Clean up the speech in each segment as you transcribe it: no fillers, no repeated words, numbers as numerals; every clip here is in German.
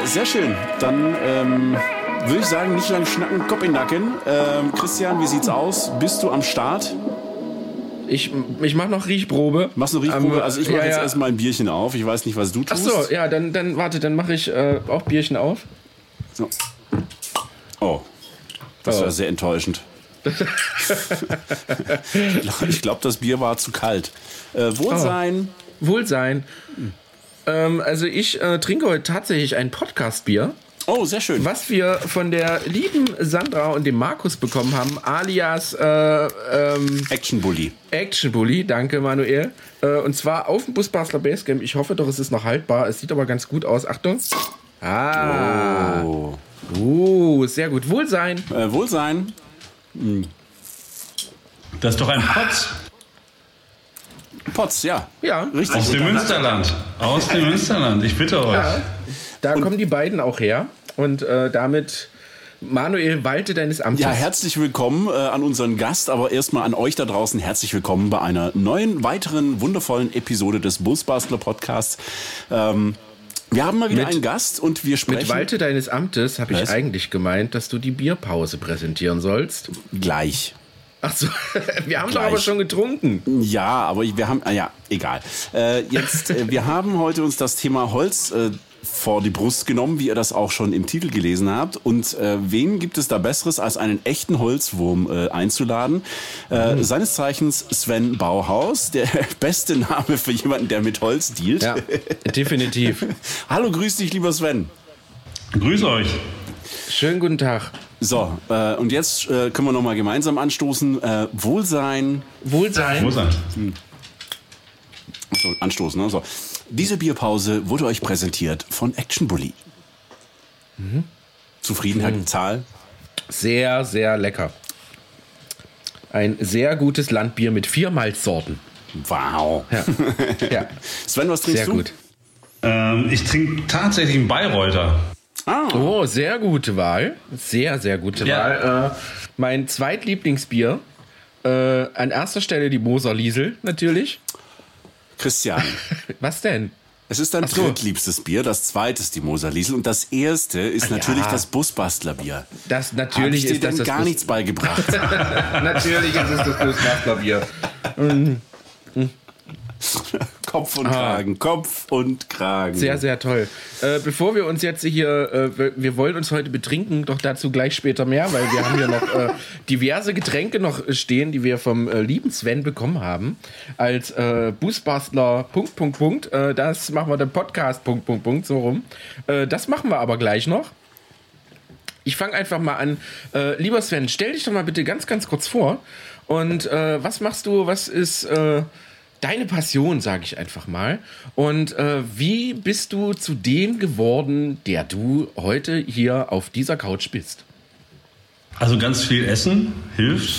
sehr schön. Dann würde ich sagen, nicht lange schnacken, Kopf in den Nacken. Christian, wie sieht's aus? Bist du am Start? Ich mache noch Riechprobe. Machst du Riechprobe? Also ich mache jetzt erstmal ein Bierchen auf. Ich weiß nicht, was du tust. Ach so, ja, dann mache ich auch Bierchen auf. So. Oh, das war sehr enttäuschend. Ich glaube, das Bier war zu kalt. Wohlsein. Wohlsein. Also ich trinke heute tatsächlich ein Podcast-Bier. Oh, sehr schön. Was wir von der lieben Sandra und dem Markus bekommen haben, alias Action Bully. Action Bully, danke Manuel. Und zwar auf dem Busbastler Basecamp. Ich hoffe doch, es ist noch haltbar. Es sieht aber ganz gut aus. Achtung. Sehr gut. Wohlsein. Wohlsein. Das ist doch ein Potz. Potz, ja. Ja. Richtig. Aus dem Münsterland. Aus dem Münsterland. Ich bitte euch. Ja. Da kommen die beiden auch her. Und damit, Manuel, walte deines Amtes. Ja, herzlich willkommen an unseren Gast, aber erstmal an euch da draußen herzlich willkommen bei einer neuen, weiteren, wundervollen Episode des Busbastler Podcasts. Wir haben mal wieder einen Gast und wir sprechen... Mit Walte deines Amtes habe ich eigentlich gemeint, dass du die Bierpause präsentieren sollst. Gleich. Ach so, wir haben doch aber schon getrunken. Ja, aber wir haben... Ja, egal. Wir haben heute uns das Thema Holz vor die Brust genommen, wie ihr das auch schon im Titel gelesen habt. Und wen gibt es da Besseres, als einen echten Holzwurm einzuladen? Seines Zeichens Sven Bauhaus, der beste Name für jemanden, der mit Holz dealt. Ja, definitiv. Hallo, grüß dich, lieber Sven. Grüß euch. Schönen guten Tag. So, und jetzt können wir nochmal gemeinsam anstoßen. Wohlsein. Wohlsein. So, anstoßen, ne? So. Diese Bierpause wurde euch präsentiert von Action Bully. Zufriedenheit, Zahl? Sehr, sehr lecker. Ein sehr gutes Landbier mit 4 Malzsorten. Wow. Ja. Sven, was trinkst sehr du? Gut. Ich trinke tatsächlich einen Bayreuther. Oh, sehr gute Wahl. Sehr, sehr gute Wahl. Mein zweitlieblingsbier. An erster Stelle die Moser Liesel, natürlich. Christian. Was denn? Es ist dein drittliebstes Bier, das zweite ist die Moser Liesel und das erste ist natürlich das Busbastlerbier. Das natürlich ist das gar nichts beigebracht. Natürlich ist es das Busbastlerbier. Kopf und Kragen. Sehr, sehr toll. Bevor wir uns jetzt hier, wir wollen uns heute betrinken, doch dazu gleich später mehr, weil wir haben hier noch diverse Getränke noch stehen, die wir vom lieben Sven bekommen haben. Als Busbastler ... Das machen wir den Podcast ... so rum. Das machen wir aber gleich noch. Ich fange einfach mal an. Lieber Sven, stell dich doch mal bitte ganz, ganz kurz vor. Und was machst du, was ist... deine Passion, sage ich einfach mal. Und wie bist du zu dem geworden, der du heute hier auf dieser Couch bist? Also ganz viel Essen hilft.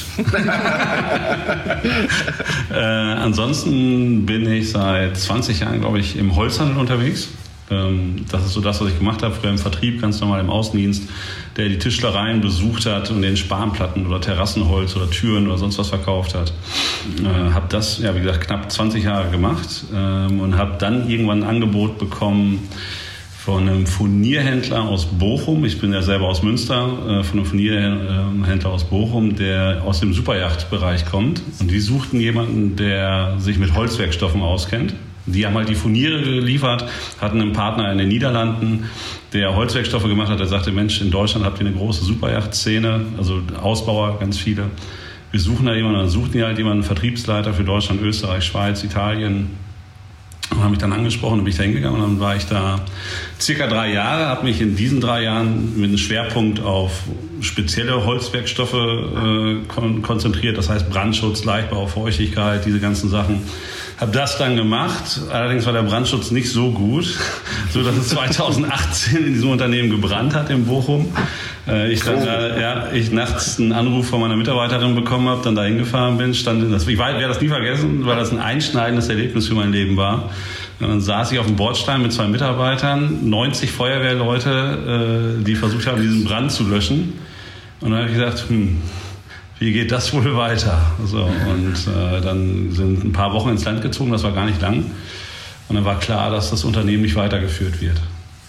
Ansonsten bin ich seit 20 Jahren, glaube ich, im Holzhandel unterwegs. Das ist so das, was ich gemacht habe, früher im Vertrieb, ganz normal im Außendienst, der die Tischlereien besucht hat und den Spanplatten oder Terrassenholz oder Türen oder sonst was verkauft hat. Habe das, ja wie gesagt, knapp 20 Jahre gemacht und habe dann irgendwann ein Angebot bekommen von einem Furnierhändler aus Bochum. Ich bin ja selber aus Münster, von einem Furnierhändler aus Bochum, der aus dem Superjachtbereich kommt. Und die suchten jemanden, der sich mit Holzwerkstoffen auskennt. Die haben halt die Furniere geliefert, hatten einen Partner in den Niederlanden, der Holzwerkstoffe gemacht hat. Der sagte, Mensch, in Deutschland habt ihr eine große Superjachtszene, also Ausbauer, ganz viele. Wir suchen da jemanden, dann suchten die halt jemanden, einen Vertriebsleiter für Deutschland, Österreich, Schweiz, Italien. Und haben mich dann angesprochen, dann bin ich da hingegangen und dann war ich da circa 3 Jahre, habe mich in diesen 3 Jahren mit einem Schwerpunkt auf spezielle Holzwerkstoffe konzentriert, das heißt Brandschutz, Leichtbau, Feuchtigkeit, diese ganzen Sachen. Habe das dann gemacht, allerdings war der Brandschutz nicht so gut, so dass es 2018 in diesem Unternehmen gebrannt hat in Bochum. Ich nachts einen Anruf von meiner Mitarbeiterin bekommen habe, dann da hingefahren bin, ich werde das nie vergessen, weil das ein einschneidendes Erlebnis für mein Leben war. Und dann saß ich auf dem Bordstein mit 2 Mitarbeitern, 90 Feuerwehrleute, die versucht haben, diesen Brand zu löschen. Und dann habe ich gesagt, wie geht das wohl weiter? So, und dann sind ein paar Wochen ins Land gezogen, das war gar nicht lang. Und dann war klar, dass das Unternehmen nicht weitergeführt wird.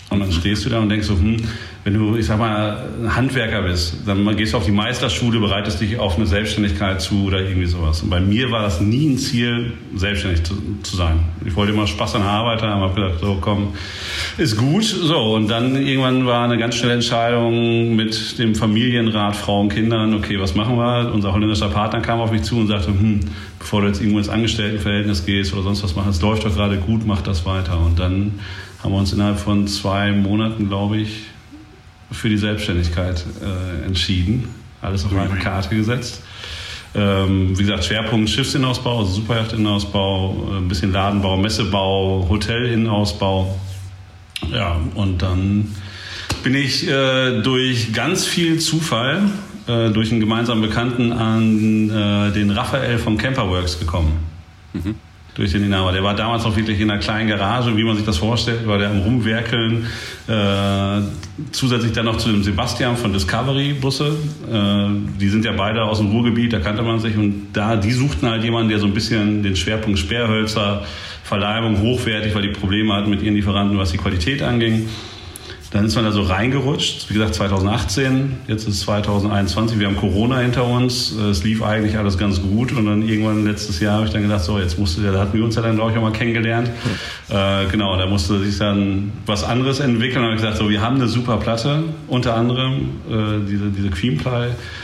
Und dann stehst du da und denkst so, wenn du, ich sag mal, ein Handwerker bist, dann gehst du auf die Meisterschule, bereitest dich auf eine Selbstständigkeit zu oder irgendwie sowas. Und bei mir war das nie ein Ziel, selbstständig zu sein. Ich wollte immer Spaß an der Arbeit haben, habe gedacht, so komm, ist gut. So, und dann irgendwann war eine ganz schnelle Entscheidung mit dem Familienrat, Frauen, Kindern, okay, was machen wir? Unser holländischer Partner kam auf mich zu und sagte, bevor du jetzt irgendwo ins Angestelltenverhältnis gehst oder sonst was machst, es läuft doch gerade gut, mach das weiter. Und dann haben wir uns innerhalb von 2 Monaten, glaube ich, für die Selbstständigkeit entschieden. Alles auf eine Karte gesetzt. Wie gesagt, Schwerpunkt Schiffsinnenausbau, also Superyachtinnenausbau, ein bisschen Ladenbau, Messebau, Hotelinnenausbau. Ja, und dann bin ich durch ganz viel Zufall, durch einen gemeinsamen Bekannten an den Raphael von Camperworks gekommen. Durch den Inhaber. Der war damals noch wirklich in einer kleinen Garage, wie man sich das vorstellt, war der am Rumwerkeln. Zusätzlich dann noch zu dem Sebastian von Discovery Busse. Die sind ja beide aus dem Ruhrgebiet, da kannte man sich. Und die suchten halt jemanden, der so ein bisschen den Schwerpunkt Sperrhölzer, Verleimung hochwertig, weil die Probleme hatten mit ihren Lieferanten, was die Qualität anging. Dann ist man da so reingerutscht, wie gesagt 2018, jetzt ist 2021, wir haben Corona hinter uns, es lief eigentlich alles ganz gut und dann irgendwann letztes Jahr habe ich dann gedacht, so jetzt da hatten wir uns ja dann glaube ich auch mal kennengelernt, genau, da musste sich dann was anderes entwickeln und habe ich gesagt, so wir haben eine super Platte, unter anderem diese Creamply,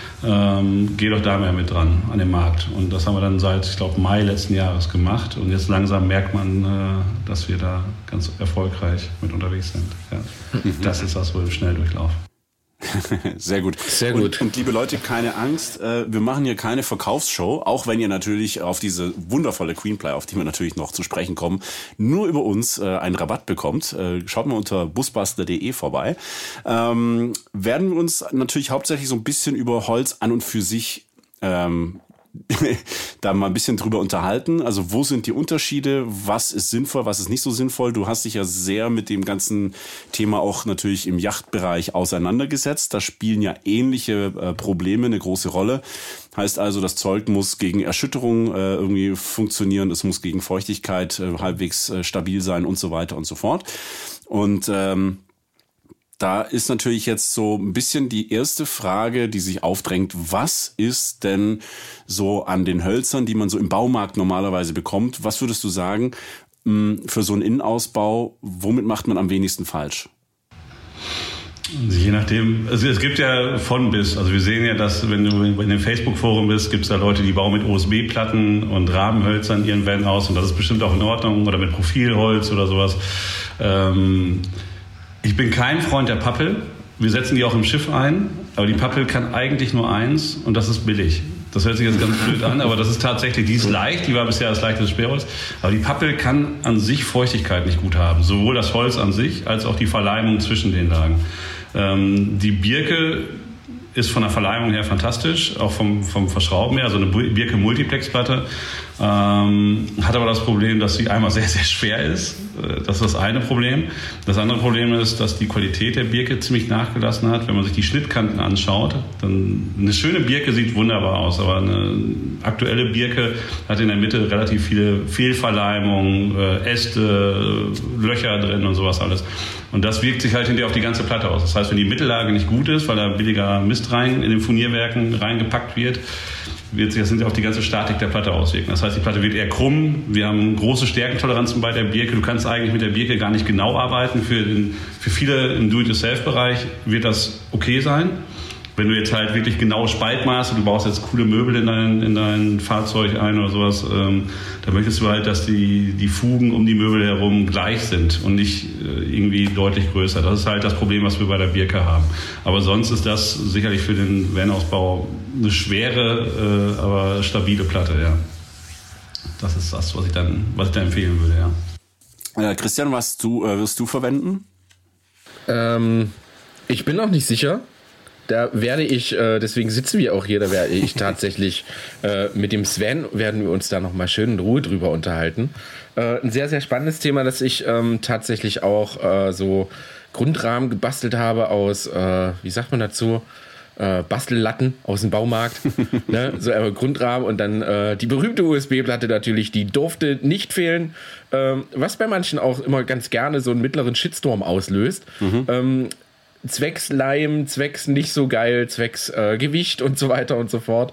geh doch da mehr mit dran an den Markt. Und das haben wir dann seit, ich glaube, Mai letzten Jahres gemacht. Und jetzt langsam merkt man, dass wir da ganz erfolgreich mit unterwegs sind. Ja. Das ist das wohl im Schnelldurchlauf. Sehr gut. Sehr gut. Und liebe Leute, keine Angst, wir machen hier keine Verkaufsshow, auch wenn ihr natürlich auf diese wundervolle Creamply, auf die wir natürlich noch zu sprechen kommen, nur über uns einen Rabatt bekommt. Schaut mal unter busbuster.de vorbei. Werden wir uns natürlich hauptsächlich so ein bisschen über Holz an und für sich da mal ein bisschen drüber unterhalten. Also wo sind die Unterschiede? Was ist sinnvoll? Was ist nicht so sinnvoll? Du hast dich ja sehr mit dem ganzen Thema auch natürlich im Yachtbereich auseinandergesetzt. Da spielen ja ähnliche Probleme eine große Rolle. Heißt also, das Zeug muss gegen Erschütterung irgendwie funktionieren. Es muss gegen Feuchtigkeit halbwegs stabil sein und so weiter und so fort. Und da ist natürlich jetzt so ein bisschen die erste Frage, die sich aufdrängt. Was ist denn so an den Hölzern, die man so im Baumarkt normalerweise bekommt? Was würdest du sagen, für so einen Innenausbau, womit macht man am wenigsten falsch? Je nachdem, also es gibt ja von bis. Also wir sehen ja, dass wenn du in dem Facebook-Forum bist, gibt es da Leute, die bauen mit OSB-Platten und Rahmenhölzern ihren Van aus. Und das ist bestimmt auch in Ordnung. Oder mit Profilholz oder sowas. Ich bin kein Freund der Pappel. Wir setzen die auch im Schiff ein. Aber die Pappel kann eigentlich nur eins und das ist billig. Das hört sich jetzt ganz blöd an, aber das ist tatsächlich, die ist leicht, die war bisher das leichteste Sperrholz. Aber die Pappel kann an sich Feuchtigkeit nicht gut haben. Sowohl das Holz an sich, als auch die Verleimung zwischen den Lagen. Die Birke ist von der Verleimung her fantastisch, auch vom Verschrauben her, also eine Birke-Multiplexplatte. Hat aber das Problem, dass sie einmal sehr, sehr schwer ist. Das ist das eine Problem. Das andere Problem ist, dass die Qualität der Birke ziemlich nachgelassen hat. Wenn man sich die Schnittkanten anschaut, dann eine schöne Birke sieht wunderbar aus, aber eine aktuelle Birke hat in der Mitte relativ viele Fehlverleimungen, Äste, Löcher drin und sowas alles. Und das wirkt sich halt hinterher auf die ganze Platte aus. Das heißt, wenn die Mittellage nicht gut ist, weil da billiger Mist in den Furnierwerken reingepackt wird sich das auf die ganze Statik der Platte auswirken. Das heißt, die Platte wird eher krumm. Wir haben große Stärkentoleranzen bei der Birke. Du kannst eigentlich mit der Birke gar nicht genau arbeiten. Für viele im Do-it-yourself-Bereich wird das okay sein. Wenn du jetzt halt wirklich genaue Spaltmaße, du baust jetzt coole Möbel in dein Fahrzeug ein oder sowas, da möchtest du halt, dass die Fugen um die Möbel herum gleich sind und nicht irgendwie deutlich größer. Das ist halt das Problem, was wir bei der Birke haben. Aber sonst ist das sicherlich für den Van-Ausbau eine schwere, aber stabile Platte, ja. Das ist das, was ich da empfehlen würde, ja. Christian, was wirst du verwenden? Ich bin noch nicht sicher. Da werde ich, deswegen sitzen wir auch hier, da werde ich tatsächlich mit dem Sven, werden wir uns da nochmal schön in Ruhe drüber unterhalten. Ein sehr, sehr spannendes Thema, das ich tatsächlich auch so Grundrahmen gebastelt habe aus, wie sagt man dazu, Bastellatten aus dem Baumarkt, ne? So Grundrahmen und dann die berühmte USB-Platte natürlich, die durfte nicht fehlen, was bei manchen auch immer ganz gerne so einen mittleren Shitstorm auslöst. Zwecks Leim, zwecks nicht so geil, zwecks Gewicht und so weiter und so fort.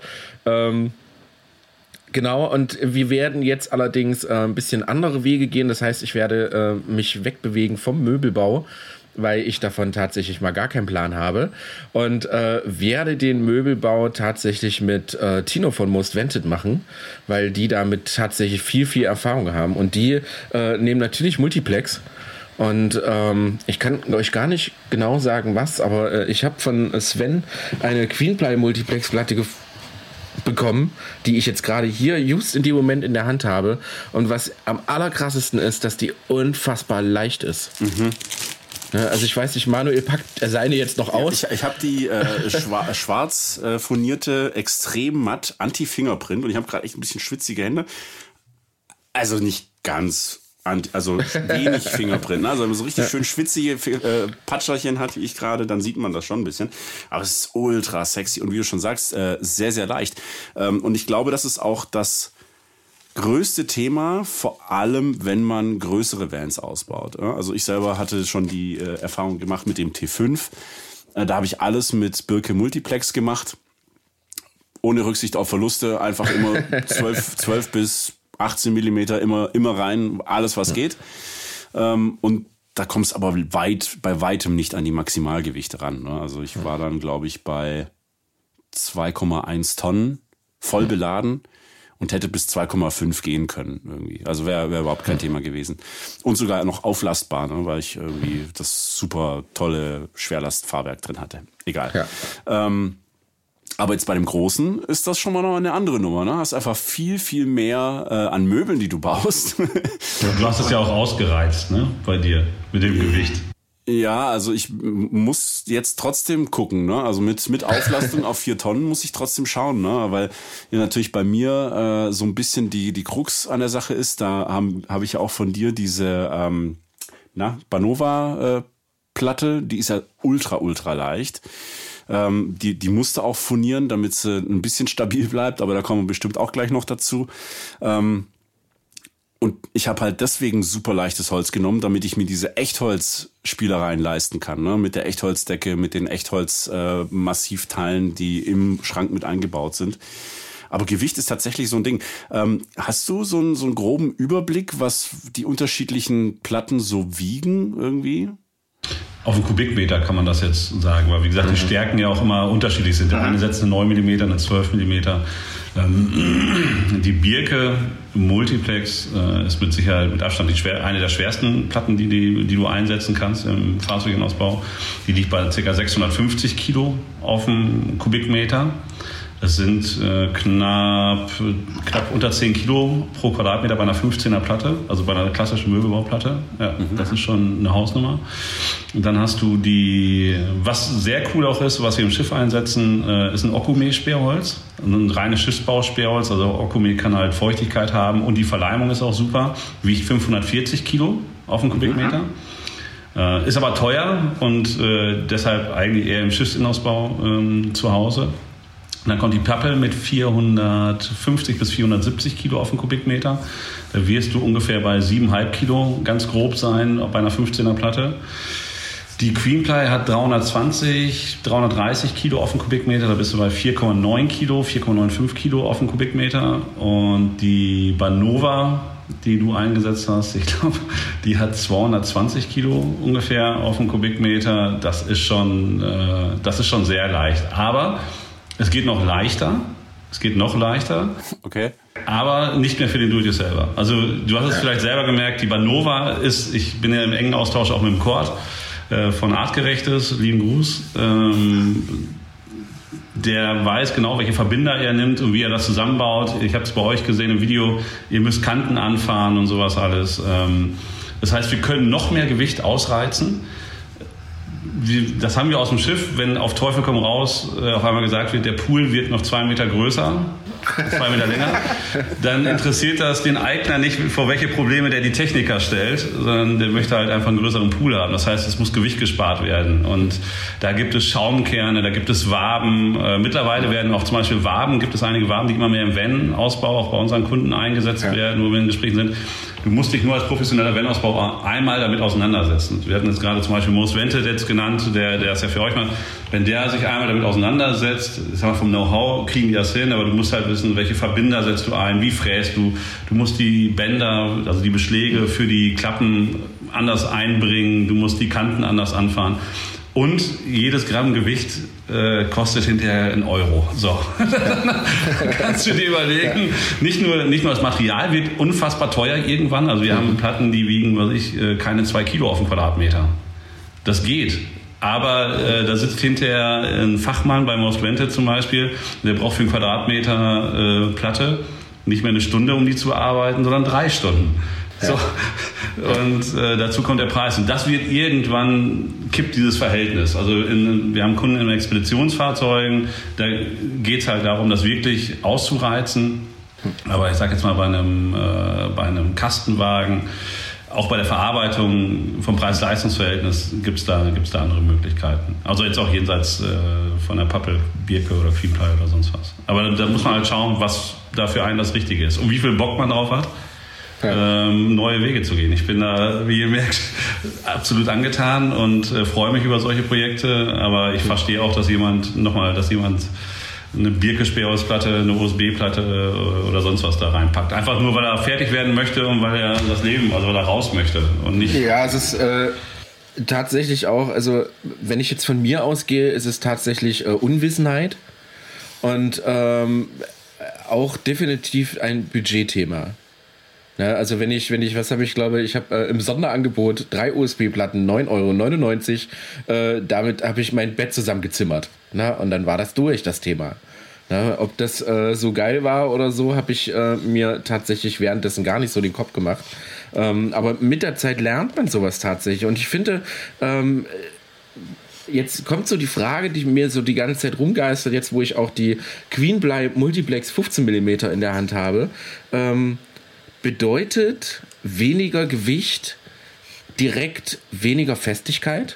Genau, und wir werden jetzt allerdings ein bisschen andere Wege gehen. Das heißt, ich werde mich wegbewegen vom Möbelbau, weil ich davon tatsächlich mal gar keinen Plan habe. Und werde den Möbelbau tatsächlich mit Tino von Most Wanted machen, weil die damit tatsächlich viel, viel Erfahrung haben. Und die nehmen natürlich Multiplex. Und ich kann euch gar nicht genau sagen, was, aber ich habe von Sven eine Queenply Multiplex-Platte bekommen, die ich jetzt gerade hier just in dem Moment in der Hand habe. Und was am allerkrassesten ist, dass die unfassbar leicht ist. Ja, also ich weiß nicht, Manuel packt seine jetzt noch aus. Ich habe die schwarz furnierte, extrem matt Anti-Fingerprint und ich habe gerade echt ein bisschen schwitzige Hände. Also nicht ganz, also wenig Fingerprint. Also wenn man so richtig schön schwitzige Patscherchen hat, wie ich gerade, dann sieht man das schon ein bisschen. Aber es ist ultra sexy und wie du schon sagst, sehr, sehr leicht. Und ich glaube, das ist auch das größte Thema, vor allem, wenn man größere Vans ausbaut. Also ich selber hatte schon die Erfahrung gemacht mit dem T5. Da habe ich alles mit Birke Multiplex gemacht. Ohne Rücksicht auf Verluste, einfach immer 12 bis 18 Millimeter immer rein, alles was geht. Und da kommt es aber bei weitem nicht an die Maximalgewichte ran. Ne? Also ich war dann, glaube ich, bei 2,1 Tonnen voll beladen und hätte bis 2,5 gehen können irgendwie. Also wäre überhaupt kein Thema gewesen. Und sogar noch auflastbar, ne? Weil ich irgendwie das super tolle Schwerlastfahrwerk drin hatte. Egal. Ja. Aber jetzt bei dem Großen ist das schon mal noch eine andere Nummer. Ne? Hast einfach viel, viel mehr an Möbeln, die du baust. Du hast es ja auch ausgereizt, ne? Bei dir, mit dem Gewicht. Ja, also ich muss jetzt trotzdem gucken. Ne? Also mit Auflastung auf 4 Tonnen muss ich trotzdem schauen. Ne? Weil ja, natürlich bei mir so ein bisschen die Krux an der Sache ist. Da habe ich ja auch von dir diese Banova Platte. Die ist ja ultra, ultra leicht. Die musste auch furnieren, damit sie ein bisschen stabil bleibt, aber da kommen wir bestimmt auch gleich noch dazu. Und ich habe halt deswegen super leichtes Holz genommen, damit ich mir diese Echtholz-Spielereien leisten kann, ne? Mit der Echtholzdecke, mit den Echtholz-Massivteilen, die im Schrank mit eingebaut sind. Aber Gewicht ist tatsächlich so ein Ding. Hast du so einen groben Überblick, was die unterschiedlichen Platten so wiegen irgendwie? Auf einen Kubikmeter kann man das jetzt sagen, weil wie gesagt, die Stärken ja auch immer unterschiedlich sind. Der eine setzt eine 9 mm, eine 12 mm. Die Birke Multiplex ist mit Sicherheit mit Abstand eine der schwersten Platten, die du einsetzen kannst im Fahrzeugausbau. Die liegt bei ca. 650 Kilo auf dem Kubikmeter. Das sind knapp unter 10 Kilo pro Quadratmeter bei einer 15er Platte, also bei einer klassischen Möbelbauplatte. Ja, das ist schon eine Hausnummer. Und dann hast du was sehr cool auch ist, was wir im Schiff einsetzen, ist ein Okume-Sperrholz. Ein reines Schiffsbau-Sperrholz, also Okume kann halt Feuchtigkeit haben und die Verleimung ist auch super, wiegt 540 Kilo auf den Kubikmeter. Ist aber teuer und deshalb eigentlich eher im Schiffsinnenausbau zu Hause. Und dann kommt die Pappel mit 450 bis 470 Kilo auf den Kubikmeter. Da wirst du ungefähr bei 7,5 Kilo ganz grob sein bei einer 15er Platte. Die Queenply hat 320, 330 Kilo auf den Kubikmeter. Da bist du bei 4,9 Kilo, 4,95 Kilo auf den Kubikmeter. Und die Banova, die du eingesetzt hast, ich glaube, die hat 220 Kilo ungefähr auf den Kubikmeter. Das ist schon sehr leicht. Aber es geht noch leichter. Okay. Aber nicht mehr für den Do-it-yourselfer. Also du hast es vielleicht selber gemerkt, die Banova ich bin ja im engen Austausch auch mit dem Kord von Artgerechtes, lieben Gruß. Der weiß genau, welche Verbinder er nimmt und wie er das zusammenbaut. Ich habe es bei euch gesehen im Video, ihr müsst Kanten anfahren und sowas alles. Das heißt, wir können noch mehr Gewicht ausreizen. Das haben wir aus dem Schiff, wenn auf Teufel komm raus auf einmal gesagt wird, der Pool wird noch 2 Meter größer 2 Meter länger, dann interessiert das den Eigner nicht, vor welche Probleme der die Techniker stellt, sondern der möchte halt einfach einen größeren Pool haben. Das heißt, es muss Gewicht gespart werden. Und da gibt es Schaumkerne, da gibt es Waben. Mittlerweile werden auch zum Beispiel Waben, gibt es einige Waben, die immer mehr im Van-Ausbau auch bei unseren Kunden eingesetzt werden, wo wir in Gesprächen sind. Du musst dich nur als professioneller Van-Ausbau einmal damit auseinandersetzen. Wir hatten jetzt gerade zum Beispiel Most Wanted jetzt genannt, der es ja für euch macht. Wenn der sich einmal damit auseinandersetzt, ich sag mal, vom Know-how kriegen die das hin, aber du musst halt wissen, welche Verbinder setzt du ein, wie fräst du. Du musst die Bänder, also die Beschläge für die Klappen anders einbringen, du musst die Kanten anders anfahren. Und jedes Gramm Gewicht kostet hinterher einen Euro. So, kannst du dir überlegen. Nicht nur das Material wird unfassbar teuer irgendwann. Also wir haben Platten, die wiegen, keine 2 Kilo auf den Quadratmeter. Das geht. Aber da sitzt hinterher ein Fachmann bei Most Wanted zum Beispiel, der braucht für einen Quadratmeter Platte nicht mehr eine Stunde, um die zu arbeiten, sondern 3 Stunden. So. Und dazu kommt der Preis. Und das wird irgendwann, kippt dieses Verhältnis. Also wir haben Kunden in Expeditionsfahrzeugen, da geht es halt darum, das wirklich auszureizen. Aber ich sage jetzt mal, bei einem Kastenwagen, auch bei der Verarbeitung vom Preis-Leistungs-Verhältnis gibt es da andere Möglichkeiten. Also jetzt auch jenseits von der Pappel, Birke oder Creamply oder sonst was. Aber da muss man halt schauen, was da für einen das Richtige ist und wie viel Bock man drauf hat. Neue Wege zu gehen. Ich bin da, wie ihr merkt, absolut angetan und freue mich über solche Projekte, aber ich verstehe auch, dass jemand eine Birke-Sperrholzplatte, eine OSB-Platte oder sonst was da reinpackt. Einfach nur, weil er fertig werden möchte und weil er das Leben, also weil er raus möchte und nicht... Ja, es ist tatsächlich auch, also wenn ich jetzt von mir ausgehe, ist es tatsächlich Unwissenheit und auch definitiv ein Budgetthema. Ja, also wenn ich, ich glaube, ich habe im Sonderangebot 3 USB-Platten, 9,99 €, damit habe ich mein Bett zusammengezimmert. Na, und dann war das durch, das Thema. Na, ob das so geil war oder so, habe ich mir tatsächlich währenddessen gar nicht so den Kopf gemacht. Aber mit der Zeit lernt man sowas tatsächlich. Und ich finde, jetzt kommt so die Frage, die mir so die ganze Zeit rumgeistert, jetzt wo ich auch die Queenply Multiplex 15 mm in der Hand habe. Bedeutet weniger Gewicht direkt weniger Festigkeit?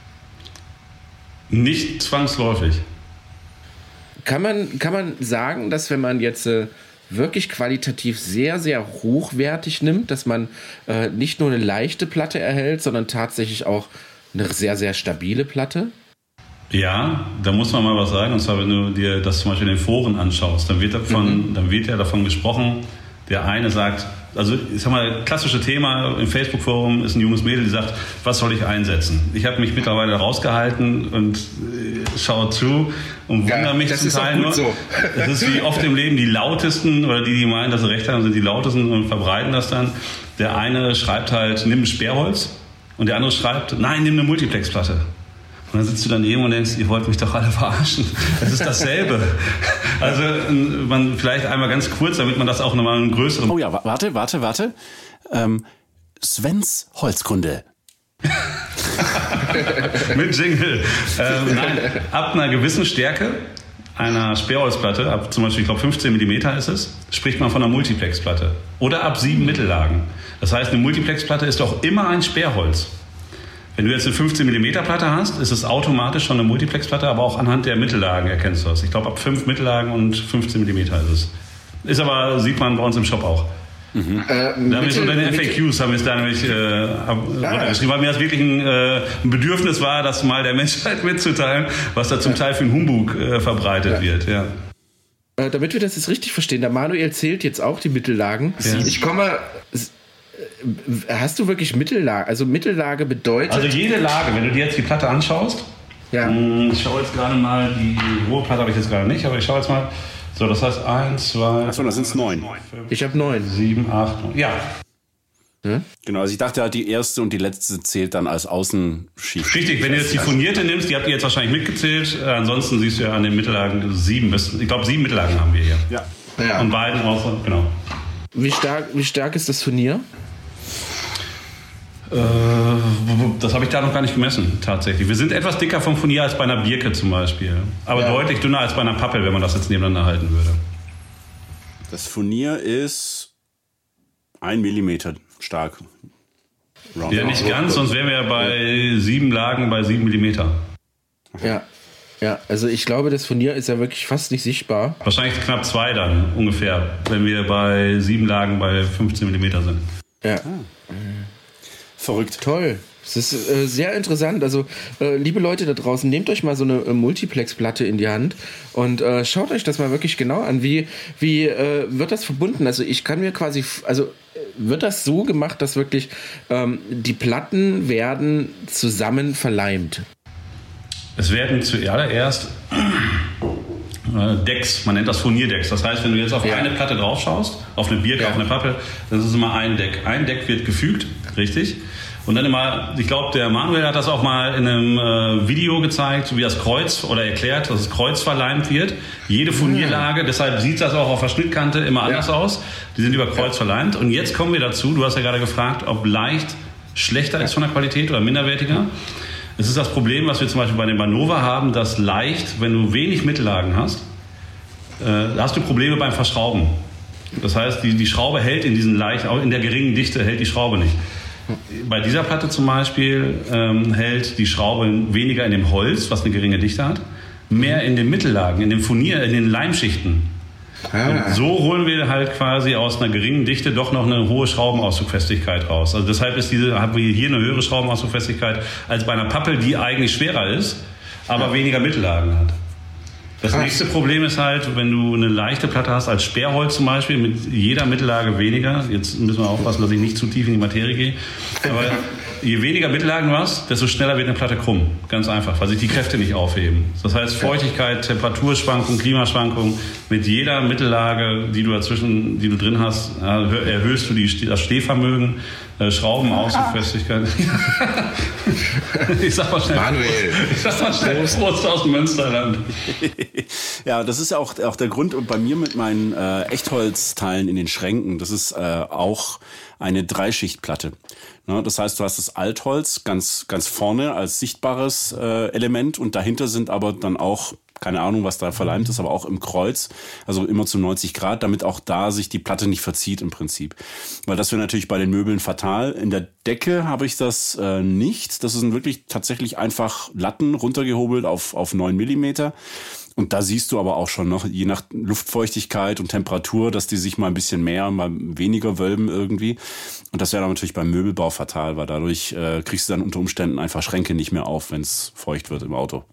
Nicht zwangsläufig. Kann man sagen, dass wenn man jetzt wirklich qualitativ sehr, sehr hochwertig nimmt, dass man nicht nur eine leichte Platte erhält, sondern tatsächlich auch eine sehr, sehr stabile Platte? Ja, da muss man mal was sagen. Und zwar, wenn du dir das zum Beispiel in den Foren anschaust, dann wird ja davon gesprochen, der eine sagt, also ich sag mal, klassische Thema im Facebook-Forum ist ein junges Mädel, die sagt, was soll ich einsetzen? Ich habe mich mittlerweile rausgehalten und schaue zu und wundere mich zum Teil nur. So. Das ist wie oft im Leben die lautesten, oder die meinen, dass sie recht haben, sind die lautesten und verbreiten das dann. Der eine schreibt halt, nimm ein Sperrholz und der andere schreibt, nein, nimm eine Multiplex-Platte. Und dann sitzt du daneben und denkst, ihr wollt mich doch alle verarschen. Das ist dasselbe. Also man vielleicht einmal ganz kurz, damit man das auch nochmal einen größeren... Oh ja, warte. Svens Holzkunde. Mit Jingle. Nein, ab einer gewissen Stärke einer Sperrholzplatte, ab zum Beispiel, ich glaube 15 mm ist es, spricht man von einer Multiplex-Platte. Oder ab 7 Mittellagen. Das heißt, eine Multiplex-Platte ist doch immer ein Sperrholz. Wenn du jetzt eine 15 mm Platte hast, ist es automatisch schon eine Multiplex-Platte, aber auch anhand der Mittellagen erkennst du das. Ich glaube, ab 5 Mittellagen und 15 mm ist es. Ist aber, sieht man bei uns im Shop auch. Da haben wir so deine FAQs, haben wir es da nämlich runtergeschrieben, weil mir das wirklich ein Bedürfnis war, das mal der Menschheit mitzuteilen, was da zum Teil für einen Humbug verbreitet wird. Ja. Damit wir das jetzt richtig verstehen, der Manuel zählt jetzt auch die Mittellagen. Ja. Ich komme... Hast du wirklich Mittellage? Also Mittellage bedeutet... Also jede Lage, wenn du dir jetzt die Platte anschaust, ja. Ich schaue jetzt gerade mal, die hohe Platte habe ich jetzt gerade nicht, aber ich schaue jetzt mal. So, das heißt 1, 2... Achso, das sind 9. Ich habe 9. 7, 8, 9. Ja. Hm? Genau, also ich dachte halt, die erste und die letzte zählt dann als Außenschicht. Richtig, wenn du jetzt die funierte nimmst, die habt ihr jetzt wahrscheinlich mitgezählt. Ansonsten siehst du ja an den Mittellagen 7 ich glaube 7 Mittellagen haben wir hier. Ja. Und beiden außer, genau. Wie stark ist das Furnier? Das habe ich da noch gar nicht gemessen, tatsächlich. Wir sind etwas dicker vom Furnier als bei einer Birke zum Beispiel. Aber deutlich dünner als bei einer Pappel, wenn man das jetzt nebeneinander halten würde. Das Furnier ist 1 Millimeter stark. Ja, nicht ganz, sonst wären wir ja bei 7 Lagen bei 7 Millimeter. Ja, also ich glaube, das Furnier ist ja wirklich fast nicht sichtbar. Wahrscheinlich knapp 2 dann ungefähr, wenn wir bei 7 Lagen bei 15 Millimeter sind. Ja. Verrückt. Toll. Das ist sehr interessant. Also, liebe Leute da draußen, nehmt euch mal so eine Multiplex-Platte in die Hand und schaut euch das mal wirklich genau an. Wie wird das verbunden? Also, ich kann mir quasi, wird das so gemacht, dass wirklich die Platten werden zusammen verleimt? Es werden zuallererst Decks, man nennt das Furnierdecks. Das heißt, wenn du jetzt auf eine Platte drauf schaust, auf eine Birke, auf eine Pappe, dann ist es immer ein Deck. Ein Deck wird gefügt, richtig? Und dann immer, ich glaube, der Manuel hat das auch mal in einem Video gezeigt, wie das Kreuz oder erklärt, dass das Kreuz verleimt wird. Jede Furnierlage, deshalb sieht das auch auf der Schnittkante immer anders aus. Die sind über Kreuz verleimt. Und jetzt kommen wir dazu, du hast ja gerade gefragt, ob leicht schlechter ist von der Qualität oder minderwertiger. Es ist das Problem, was wir zum Beispiel bei dem Manova haben, dass leicht, wenn du wenig Mittellagen hast, hast du Probleme beim Verschrauben. Das heißt, die Schraube hält in diesen leicht, auch in der geringen Dichte hält die Schraube nicht. Bei dieser Platte zum Beispiel hält die Schraube weniger in dem Holz, was eine geringe Dichte hat, mehr in den Mittellagen, in den Furnier, in den Leimschichten. Und so holen wir halt quasi aus einer geringen Dichte doch noch eine hohe Schraubenauszugfestigkeit raus. Also deshalb haben wir hier eine höhere Schraubenausdruckfestigkeit als bei einer Pappel, die eigentlich schwerer ist, aber weniger Mittellagen hat. Das nächste Problem ist halt, wenn du eine leichte Platte hast, als Sperrholz zum Beispiel, mit jeder Mittellage weniger. Jetzt müssen wir aufpassen, dass ich nicht zu tief in die Materie gehe. Aber je weniger Mittellagen du hast, desto schneller wird eine Platte krumm. Ganz einfach, weil sich die Kräfte nicht aufheben. Das heißt, Feuchtigkeit, Temperaturschwankung, Klimaschwankung, mit jeder Mittellage, die du drin hast, erhöhst du das Stehvermögen, Schraubenausdruckfestigkeit. Ich sag mal schnell. Manuel. Prost aus dem Münsterland. Ja, das ist ja auch der Grund bei mir mit meinen Echtholzteilen in den Schränken. Das ist auch eine 3-Schichtplatte. Ne, das heißt, du hast das Altholz ganz vorne als sichtbares Element und dahinter sind aber dann auch, keine Ahnung, was da verleimt ist, aber auch im Kreuz, also immer zu 90 Grad, damit auch da sich die Platte nicht verzieht im Prinzip. Weil das wäre natürlich bei den Möbeln fatal. In der Decke habe ich das nicht. Das sind wirklich tatsächlich einfach Latten runtergehobelt auf 9 Millimeter. Und da siehst du aber auch schon noch, je nach Luftfeuchtigkeit und Temperatur, dass die sich mal ein bisschen mehr, mal weniger wölben irgendwie. Und das wäre dann natürlich beim Möbelbau fatal, weil dadurch kriegst du dann unter Umständen einfach Schränke nicht mehr auf, wenn es feucht wird im Auto.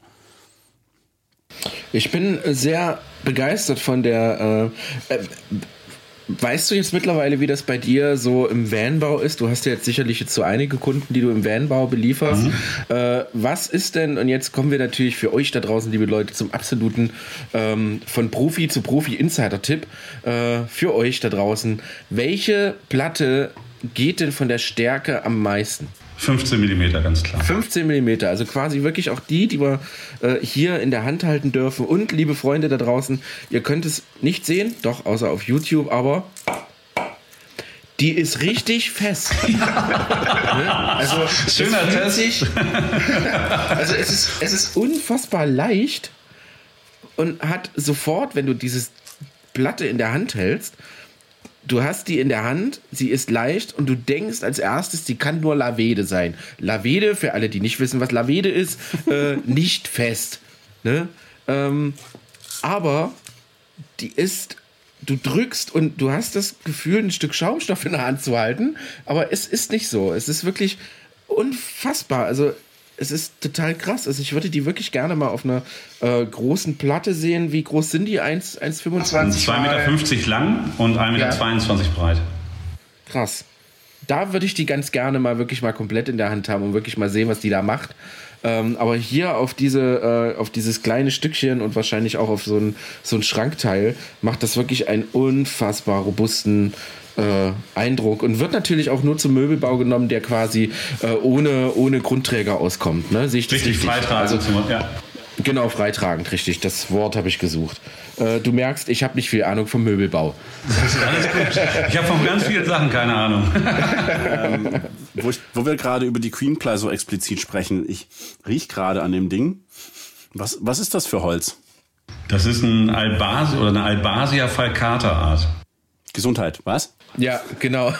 Ich bin sehr begeistert von der... weißt du jetzt mittlerweile, wie das bei dir so im Vanbau ist? Du hast ja jetzt sicherlich so einige Kunden, die du im Vanbau belieferst. Was ist denn, und jetzt kommen wir natürlich für euch da draußen, liebe Leute, zum absoluten von Profi zu Profi Insider-Tipp für euch da draußen. Welche Platte geht denn von der Stärke am meisten? 15 mm, ganz klar. 15 mm, also quasi wirklich auch die wir hier in der Hand halten dürfen. Und, liebe Freunde da draußen, ihr könnt es nicht sehen, doch außer auf YouTube, aber die ist richtig fest. Also, schöner Test. Also es ist unfassbar leicht und hat sofort, wenn du diese Platte in der Hand hältst, du hast die in der Hand, sie ist leicht und du denkst als erstes, die kann nur Lavede sein. Lavede, für alle, die nicht wissen, was Lavede ist, nicht fest. Ne? Aber die ist, du drückst und du hast das Gefühl, ein Stück Schaumstoff in der Hand zu halten, aber es ist nicht so. Es ist wirklich unfassbar. Also es ist total krass. Also ich würde die wirklich gerne mal auf einer großen Platte sehen. Wie groß sind die? 1,25? 2,50 Meter lang und 1,22 Meter breit. Krass. Da würde ich die ganz gerne mal wirklich mal komplett in der Hand haben und wirklich mal sehen, was die da macht. Aber hier auf dieses kleine Stückchen und wahrscheinlich auch auf so ein Schrankteil macht das wirklich einen unfassbar robusten Eindruck und wird natürlich auch nur zum Möbelbau genommen, der quasi ohne Grundträger auskommt. Ne? Sehe ich das richtig? Freitragend. Also, ja. Genau, freitragend, richtig. Das Wort habe ich gesucht. Du merkst, ich habe nicht viel Ahnung vom Möbelbau. Das ist alles gut. Ich habe von ganz vielen Sachen keine Ahnung. Wo wir gerade über die Queenply so explizit sprechen, ich rieche gerade an dem Ding. Was ist das für Holz? Das ist eine Albasia falcata Art. Gesundheit, was? Ja, genau.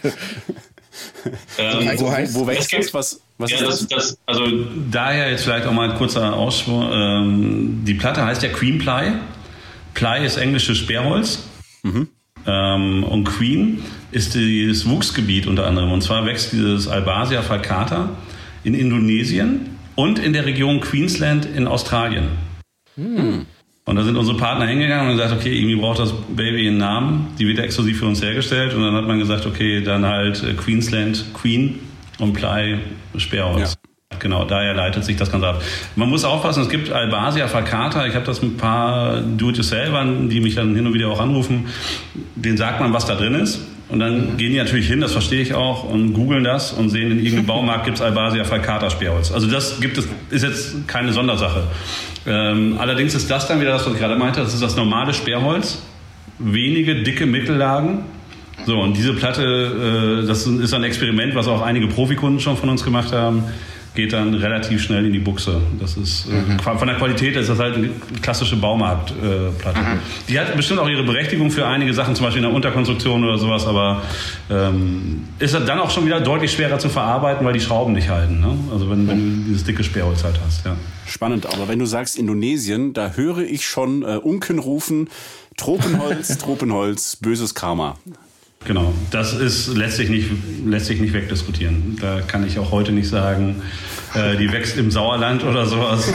Wo wächst das? Was ist das? Also daher jetzt vielleicht auch mal ein kurzer Ausschwur. Die Platte heißt ja Queen Ply. Ply ist englisches Sperrholz. Und Queen ist das Wuchsgebiet unter anderem. Und zwar wächst dieses Albasia falcata in Indonesien und in der Region Queensland in Australien. Und da sind unsere Partner hingegangen und gesagt, okay, irgendwie braucht das Baby einen Namen. Die wird exklusiv für uns hergestellt. Und dann hat man gesagt, okay, dann halt Queensland Queen und Ply Sperrholz. Ja. Genau, daher leitet sich das Ganze ab. Man muss aufpassen, es gibt Albasia falcata. Ich habe das mit ein paar Do-it-yourselfern, die mich dann hin und wieder auch anrufen. Denen sagt man, was da drin ist. Und dann gehen die natürlich hin, das verstehe ich auch, und googeln das und sehen, in irgendeinem Baumarkt gibt es Albasia falcata Sperrholz. Also das gibt es, ist jetzt keine Sondersache. Allerdings ist das dann wieder das, was ich gerade meinte, das ist das normale Sperrholz. Wenige dicke Mittellagen. So, und diese Platte, das ist ein Experiment, was auch einige Profikunden schon von uns gemacht haben, geht dann relativ schnell in die Buchse. Das ist von der Qualität ist das halt eine klassische Baumarktplatte. Die hat bestimmt auch ihre Berechtigung für einige Sachen, zum Beispiel in der Unterkonstruktion oder sowas, aber ist dann auch schon wieder deutlich schwerer zu verarbeiten, weil die Schrauben nicht halten. Ne? Also wenn du dieses dicke Sperrholz halt hast. Ja. Spannend, aber wenn du sagst Indonesien, da höre ich schon Unken rufen, Tropenholz, böses Karma. Genau, das lässt sich nicht wegdiskutieren. Da kann ich auch heute nicht sagen, die wächst im Sauerland oder sowas.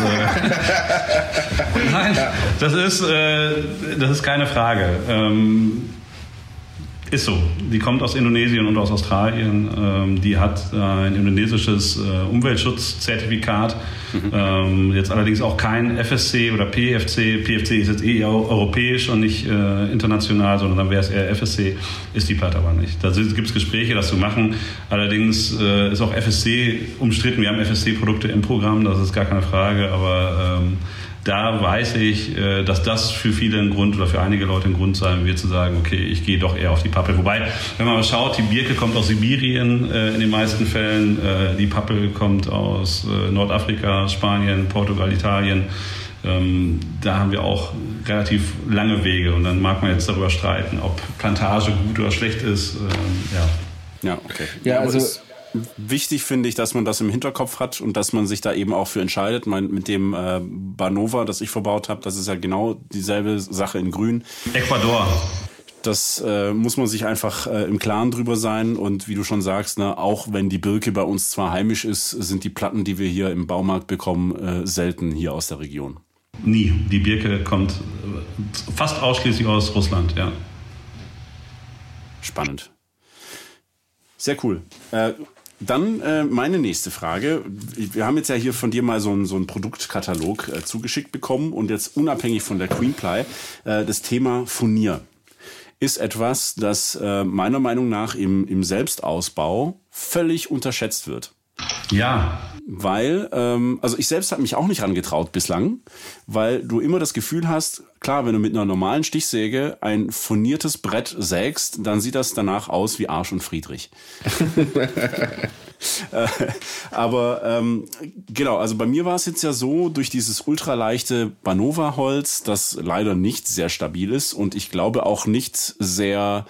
Nein, das ist keine Frage. Ist so. Die kommt aus Indonesien und aus Australien. Die hat ein indonesisches Umweltschutzzertifikat. Jetzt allerdings auch kein FSC oder PFC. PFC ist jetzt eher europäisch und nicht international, sondern dann wäre es eher FSC. Ist die Platte aber nicht. Da gibt es Gespräche, das zu machen. Allerdings ist auch FSC umstritten. Wir haben FSC-Produkte im Programm, das ist gar keine Frage. Aber da weiß ich, dass das für viele ein Grund oder für einige Leute ein Grund sein wird, zu sagen, okay, ich gehe doch eher auf die Pappel. Wobei, wenn man mal schaut, die Birke kommt aus Sibirien in den meisten Fällen, die Pappel kommt aus Nordafrika, Spanien, Portugal, Italien. Da haben wir auch relativ lange Wege und dann mag man jetzt darüber streiten, ob Plantage gut oder schlecht ist. Ja, okay. Ja, also wichtig finde ich, dass man das im Hinterkopf hat und dass man sich da eben auch für entscheidet. Mit dem Banova, das ich verbaut habe, das ist ja genau dieselbe Sache in Grün. Ecuador. Das muss man sich einfach im Klaren drüber sein. Und wie du schon sagst, ne, auch wenn die Birke bei uns zwar heimisch ist, sind die Platten, die wir hier im Baumarkt bekommen, selten hier aus der Region. Nie. Die Birke kommt fast ausschließlich aus Russland, ja. Spannend. Sehr cool. Dann meine nächste Frage. Wir haben jetzt ja hier von dir mal so einen Produktkatalog zugeschickt bekommen und jetzt unabhängig von der Queen Ply das Thema Furnier ist etwas, das meiner Meinung nach im Selbstausbau völlig unterschätzt wird. Ja. Weil, also ich selbst habe mich auch nicht rangetraut bislang, weil du immer das Gefühl hast, klar, wenn du mit einer normalen Stichsäge ein furniertes Brett sägst, dann sieht das danach aus wie Arsch und Friedrich. Aber genau, also bei mir war es jetzt ja so, durch dieses ultraleichte Banova-Holz, das leider nicht sehr stabil ist und ich glaube auch nicht sehr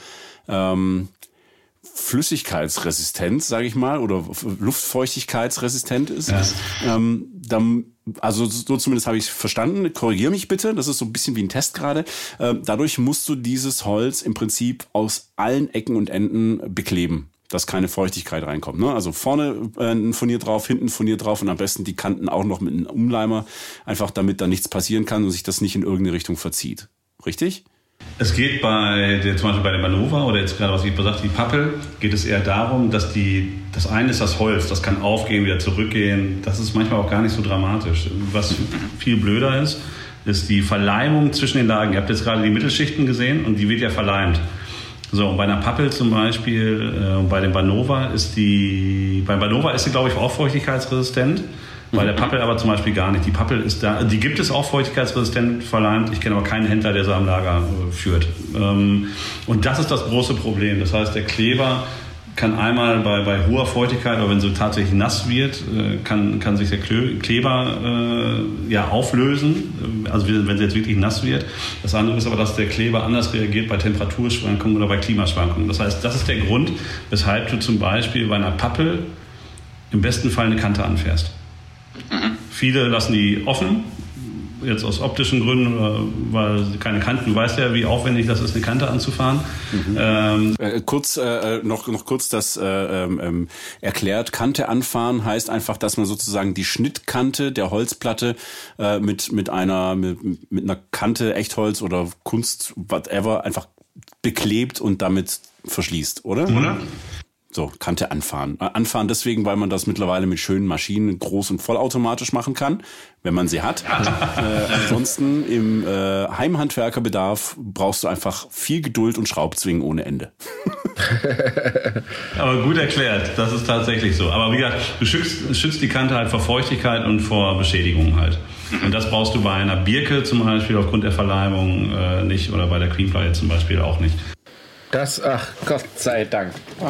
flüssigkeitsresistent, sage ich mal, oder luftfeuchtigkeitsresistent ist. Ja. Also so zumindest habe ich es verstanden. Korrigiere mich bitte, das ist so ein bisschen wie ein Test gerade. Dadurch musst du dieses Holz im Prinzip aus allen Ecken und Enden bekleben, dass keine Feuchtigkeit reinkommt. Ne? Also vorne ein Furnier drauf, hinten ein Furnier drauf und am besten die Kanten auch noch mit einem Umleimer, einfach damit da nichts passieren kann und sich das nicht in irgendeine Richtung verzieht. Richtig? Es geht zum Beispiel bei der Banova oder jetzt gerade, was ich gesagt habe, die Pappel, geht es eher darum, dass das eine ist das Holz, das kann aufgehen, wieder zurückgehen. Das ist manchmal auch gar nicht so dramatisch. Was viel blöder ist die Verleimung zwischen den Lagen. Ihr habt jetzt gerade die Mittelschichten gesehen und die wird ja verleimt. So, und bei einer Pappel zum Beispiel, bei dem Banova bei Banova ist sie, glaube ich, auch feuchtigkeitsresistent. Bei der Pappel aber zum Beispiel gar nicht. Die Pappel ist da, die gibt es auch feuchtigkeitsresistent verleimt. Ich kenne aber keinen Händler, der sie am Lager führt. Und das ist das große Problem. Das heißt, der Kleber kann einmal bei hoher Feuchtigkeit, aber wenn so tatsächlich nass wird, kann sich der Kleber auflösen, also wenn es jetzt wirklich nass wird. Das andere ist aber, dass der Kleber anders reagiert bei Temperaturschwankungen oder bei Klimaschwankungen. Das heißt, das ist der Grund, weshalb du zum Beispiel bei einer Pappel im besten Fall eine Kante anfährst. Viele lassen die offen, jetzt aus optischen Gründen, weil keine Kanten. Du weißt ja, wie aufwendig das ist, eine Kante anzufahren. Noch kurz das erklärt. Kante anfahren heißt einfach, dass man sozusagen die Schnittkante der Holzplatte mit einer Kante, Echtholz oder Kunst, whatever, einfach beklebt und damit verschließt, oder? So, Kante anfahren. Anfahren deswegen, weil man das mittlerweile mit schönen Maschinen groß- und vollautomatisch machen kann, wenn man sie hat. Ansonsten im Heimhandwerkerbedarf brauchst du einfach viel Geduld und Schraubzwingen ohne Ende. Aber gut erklärt, das ist tatsächlich so. Aber wie gesagt, du schützt die Kante halt vor Feuchtigkeit und vor Beschädigungen halt. Und das brauchst du bei einer Birke zum Beispiel aufgrund der Verleimung nicht oder bei der Creamfly zum Beispiel auch nicht. Ach Gott sei Dank.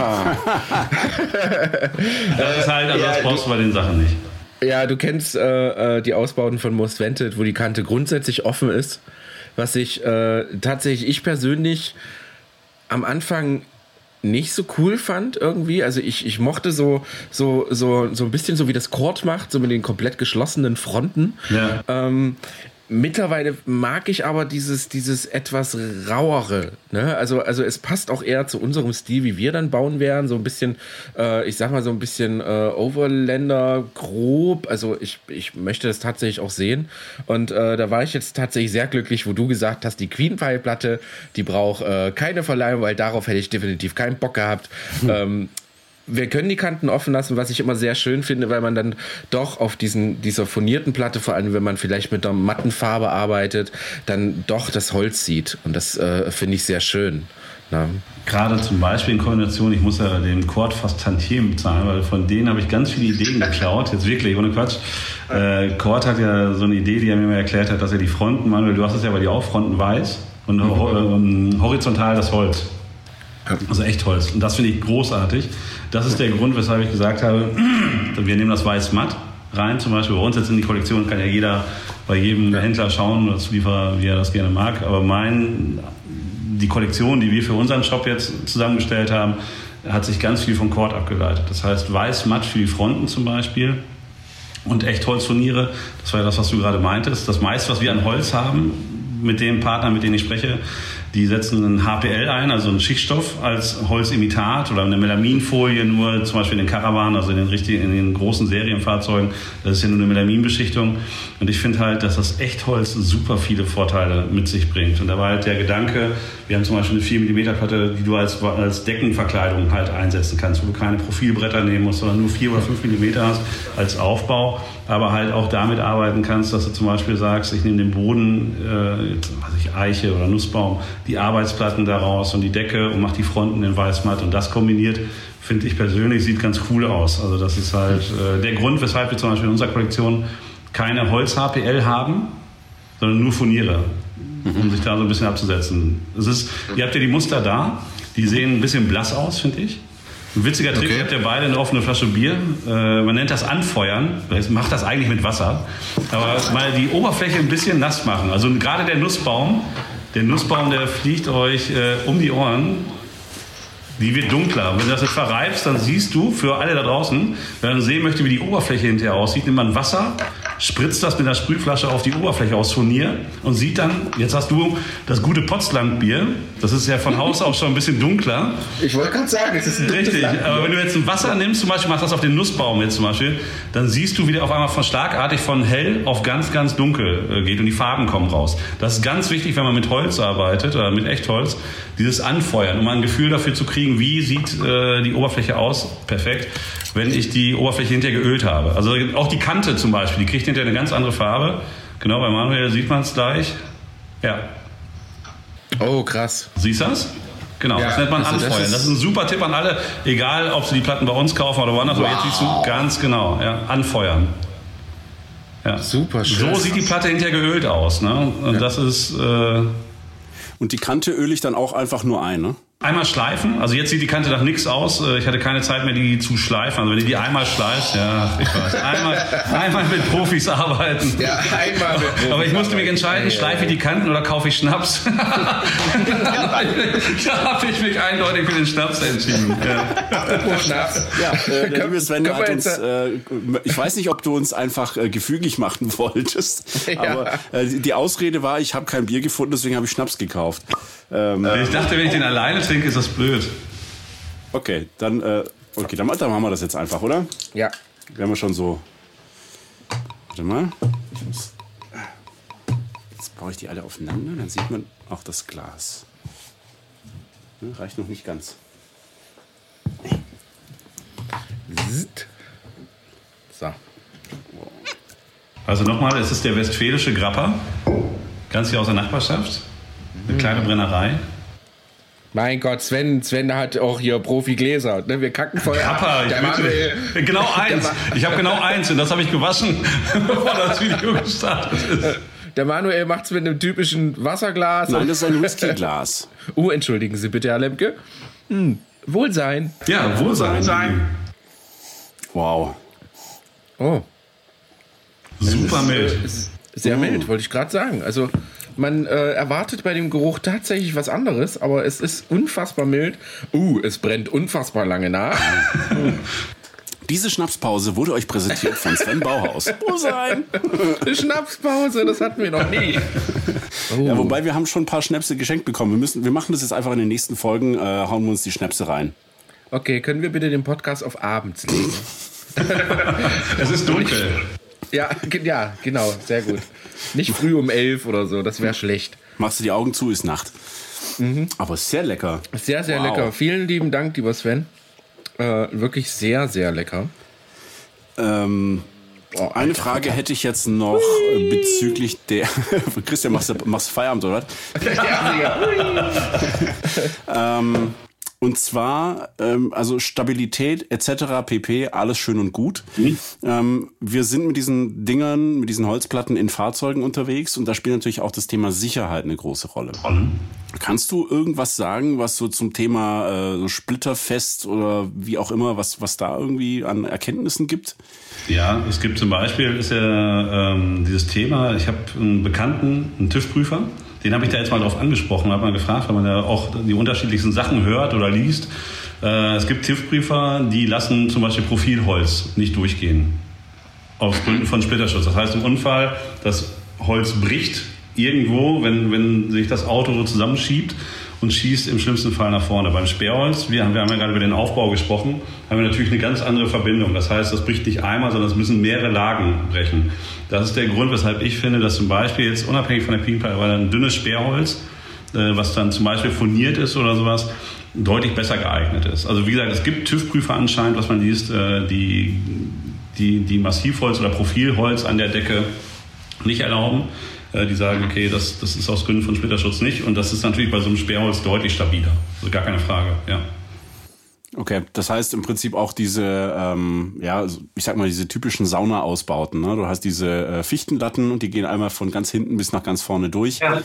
Das ist halt, das brauchst du bei den Sachen nicht. Ja, du kennst die Ausbauten von Most Wanted, wo die Kante grundsätzlich offen ist. Was ich ich persönlich am Anfang nicht so cool fand irgendwie. Also ich mochte so ein bisschen so wie das Chord macht, so mit den komplett geschlossenen Fronten. Ja. Mittlerweile mag ich aber dieses etwas rauere, ne? Also es passt auch eher zu unserem Stil, wie wir dann bauen werden, so ein bisschen, ich sag mal so ein bisschen Overlander grob, also ich möchte das tatsächlich auch sehen und da war ich jetzt tatsächlich sehr glücklich, wo du gesagt hast, die Queen-Pile-Platte, die braucht keine Verleihung, weil darauf hätte ich definitiv keinen Bock gehabt. Wir können die Kanten offen lassen, was ich immer sehr schön finde, weil man dann doch auf dieser furnierten Platte, vor allem wenn man vielleicht mit einer matten Farbe arbeitet, dann doch das Holz sieht. Und das finde ich sehr schön. Na? Gerade zum Beispiel in Kombination, ich muss ja dem Chord fast Tantiemen bezahlen, weil von denen habe ich ganz viele Ideen geklaut, jetzt wirklich, ohne Quatsch. Chord hat ja so eine Idee, die er mir mal erklärt hat, dass er die Fronten, Manuel, du hast es ja bei dir auch, Fronten weiß und horizontal das Holz. Also Echtholz. Und das finde ich großartig. Das ist der Grund, weshalb ich gesagt habe, wir nehmen das Weiß matt rein. Zum Beispiel bei uns jetzt in die Kollektion kann ja jeder bei jedem Händler schauen oder Zulieferer, wie er das gerne mag. Aber die Kollektion, die wir für unseren Shop jetzt zusammengestellt haben, hat sich ganz viel vom Chord abgeleitet. Das heißt Weiß matt für die Fronten zum Beispiel und Echtholzfurniere. Das war ja das, was du gerade meintest. Das meiste, was wir an Holz haben, mit den Partnern, mit denen ich spreche, die setzen einen HPL ein, also einen Schichtstoff als Holzimitat oder eine Melaminfolie nur, zum Beispiel in den Caravan, also in den großen Serienfahrzeugen. Das ist ja nur eine Melaminbeschichtung. Und ich finde halt, dass das Echtholz super viele Vorteile mit sich bringt. Und da war halt der Gedanke, wir haben zum Beispiel eine 4 mm Platte, die du als Deckenverkleidung halt einsetzen kannst, wo du keine Profilbretter nehmen musst, sondern nur 4 oder 5 mm hast als Aufbau, aber halt auch damit arbeiten kannst, dass du zum Beispiel sagst, ich nehme den Boden, Eiche oder Nussbaum, die Arbeitsplatten daraus und die Decke und mache die Fronten in Weißmatt und das kombiniert, finde ich persönlich, sieht ganz cool aus. Also das ist halt der Grund, weshalb wir zum Beispiel in unserer Kollektion keine Holz-HPL haben, sondern nur Furniere, um sich da so ein bisschen abzusetzen. Ihr habt ja die Muster da, die sehen ein bisschen blass aus, finde ich. Ein witziger Trick, ihr habt ja beide eine offene Flasche Bier. Man nennt das Anfeuern. Ich mache das eigentlich mit Wasser. Aber mal die Oberfläche ein bisschen nass machen. Also gerade der Nussbaum, der fliegt euch um die Ohren. Die wird dunkler. Und wenn du das jetzt verreibst, dann siehst du, für alle da draußen, wer dann sehen möchte, wie die Oberfläche hinterher aussieht, nimmt man Wasser, spritzt das mit einer Sprühflasche auf die Oberfläche aus Furnier und sieht dann, jetzt hast du das gute Potsdam-Bier, das ist ja von Haus aus schon ein bisschen dunkler. Ich wollte gerade sagen, es ist ein richtig, aber wenn du jetzt ein Wasser nimmst, zum Beispiel machst das auf den Nussbaum jetzt zum Beispiel, dann siehst du, wie der auf einmal schlagartig von hell auf ganz, ganz dunkel geht und die Farben kommen raus. Das ist ganz wichtig, wenn man mit Holz arbeitet oder mit Echtholz, dieses Anfeuern, um ein Gefühl dafür zu kriegen, wie sieht die Oberfläche aus, perfekt, wenn ich die Oberfläche hinterher geölt habe. Also auch die Kante zum Beispiel, die kriegt hinterher eine ganz andere Farbe. Genau, bei Manuel sieht man es gleich. Ja. Oh, krass. Siehst du das? Genau, ja, das nennt man Anfeuern. Das ist ein super Tipp an alle, egal ob sie die Platten bei uns kaufen oder woanders, aber jetzt siehst du ganz genau, ja, anfeuern. Ja. Super schön. So sieht die Platte hinterher geölt aus. Ne? Und das ist... Und die Kante öle ich dann auch einfach nur ein, ne? Einmal schleifen, also jetzt sieht die Kante nach nichts aus. Ich hatte keine Zeit mehr, die zu schleifen. Also wenn du die einmal schleifst, ja, ich weiß. Einmal mit Profis arbeiten. Ja, einmal mit Profis. Aber ich musste mich entscheiden, schleife ich die Kanten oder kaufe ich Schnaps? Da habe ich mich eindeutig für den Schnaps entschieden. Ja. Schnaps. Ja, der liebe Sven hat uns, ich weiß nicht, ob du uns einfach gefügig machen wolltest, aber die Ausrede war, ich habe kein Bier gefunden, deswegen habe ich Schnaps gekauft. Ich dachte, wenn ich den alleine trinke, ist das blöd. Okay, dann machen wir das jetzt einfach, oder? Ja. Wir haben ja schon so... Warte mal. Jetzt baue ich die alle aufeinander, dann sieht man auch das Glas. Reicht noch nicht ganz. So. Also nochmal, es ist der westfälische Grappa. Ganz hier aus der Nachbarschaft. Eine kleine Brennerei. Mein Gott, Sven hat auch hier Profi-Gläser. Ne? Wir kacken voll Grappa, genau eins. Ich habe genau eins und das habe ich gewaschen, bevor das Video gestartet ist. Der Manuel macht es mit einem typischen Wasserglas. Nein, das ist ein Whiskyglas. Entschuldigen Sie bitte, Herr Lemke. Wohlsein. Ja, Wohlsein. Wow. Oh. Super mild. Sehr mild, wollte ich gerade sagen. Also man erwartet bei dem Geruch tatsächlich was anderes, aber es ist unfassbar mild. Es brennt unfassbar lange nach. Diese Schnapspause wurde euch präsentiert von Sven Bauhaus. Wohlsein. Schnapspause, das hatten wir noch nie. Ja, wobei wir haben schon ein paar Schnäpse geschenkt bekommen. Wir machen das jetzt einfach in den nächsten Folgen, hauen wir uns die Schnäpse rein. Okay, können wir bitte den Podcast auf abends legen? Es ist dunkel. Ja, genau, sehr gut. Nicht früh um 11 oder so, das wäre schlecht. Machst du die Augen zu, ist Nacht. Aber sehr lecker. Sehr, sehr lecker. Vielen lieben Dank, lieber Sven. Wirklich sehr, sehr lecker. Eine Frage hätte ich jetzt noch bezüglich der... Christian, machst du Feierabend, oder was? Und zwar, also Stabilität etc. pp, alles schön und gut. Wir sind mit diesen Dingern, mit diesen Holzplatten in Fahrzeugen unterwegs und da spielt natürlich auch das Thema Sicherheit eine große Rolle. Kannst du irgendwas sagen, was so zum Thema so Splitterfest oder wie auch immer, was da irgendwie an Erkenntnissen gibt? Ja, es gibt zum Beispiel, ist ja dieses Thema, ich habe einen Bekannten, einen TÜV-Prüfer, den habe ich da jetzt mal drauf angesprochen, habe mal gefragt, weil man ja auch die unterschiedlichsten Sachen hört oder liest. Es gibt TÜV-Prüfer, die lassen zum Beispiel Profilholz nicht durchgehen, aus Gründen von Splitterschutz. Das heißt, im Unfall, das Holz bricht irgendwo, wenn sich das Auto so zusammenschiebt und schießt im schlimmsten Fall nach vorne. Beim Sperrholz, wir haben ja gerade über den Aufbau gesprochen, haben wir natürlich eine ganz andere Verbindung. Das heißt, das bricht nicht einmal, sondern es müssen mehrere Lagen brechen. Das ist der Grund, weshalb ich finde, dass zum Beispiel jetzt unabhängig von der Peakpipe, weil ein dünnes Sperrholz, was dann zum Beispiel furniert ist oder sowas, deutlich besser geeignet ist. Also wie gesagt, es gibt TÜV-Prüfer anscheinend, was man liest, die Massivholz oder Profilholz an der Decke nicht erlauben. Die sagen, okay, das ist aus Gründen von Splitterschutz nicht. Und das ist natürlich bei so einem Sperrholz deutlich stabiler. Also gar keine Frage, ja. Okay, das heißt im Prinzip auch diese, ich sag mal, diese typischen Sauna-Ausbauten. Ne? Du hast diese Fichtenlatten und die gehen einmal von ganz hinten bis nach ganz vorne durch. Ja.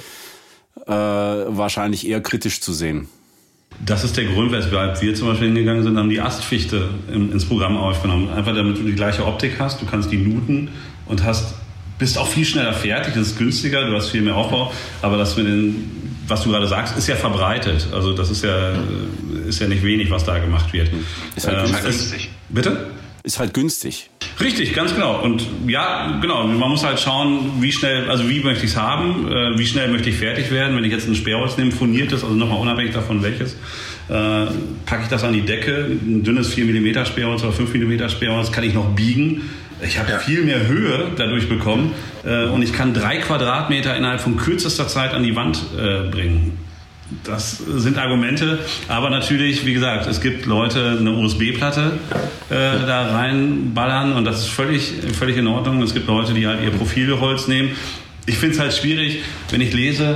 Wahrscheinlich eher kritisch zu sehen. Das ist der Grund, weshalb wir zum Beispiel hingegangen sind, haben die Astfichte ins Programm aufgenommen. Einfach damit du die gleiche Optik hast, du kannst die nuten und bist auch viel schneller fertig, das ist günstiger, du hast viel mehr Aufbau, aber das mit was du gerade sagst, ist ja verbreitet. Also das ist ja nicht wenig, was da gemacht wird. Ist halt günstig. Bitte? Ist halt günstig. Richtig, ganz genau. Und ja, genau, man muss halt schauen, wie möchte ich es haben, wie schnell möchte ich fertig werden. Wenn ich jetzt ein Sperrholz nehme, furniertes, also nochmal unabhängig davon welches, packe ich das an die Decke, ein dünnes 4 mm Sperrholz oder 5 mm Sperrholz kann ich noch biegen. Ich habe viel mehr Höhe dadurch bekommen und ich kann 3 Quadratmeter innerhalb von kürzester Zeit an die Wand bringen. Das sind Argumente, aber natürlich, wie gesagt, es gibt Leute, eine USB-Platte da reinballern und das ist völlig in Ordnung. Es gibt Leute, die halt ihr Profilholz nehmen. Ich finde es halt schwierig, wenn ich lese,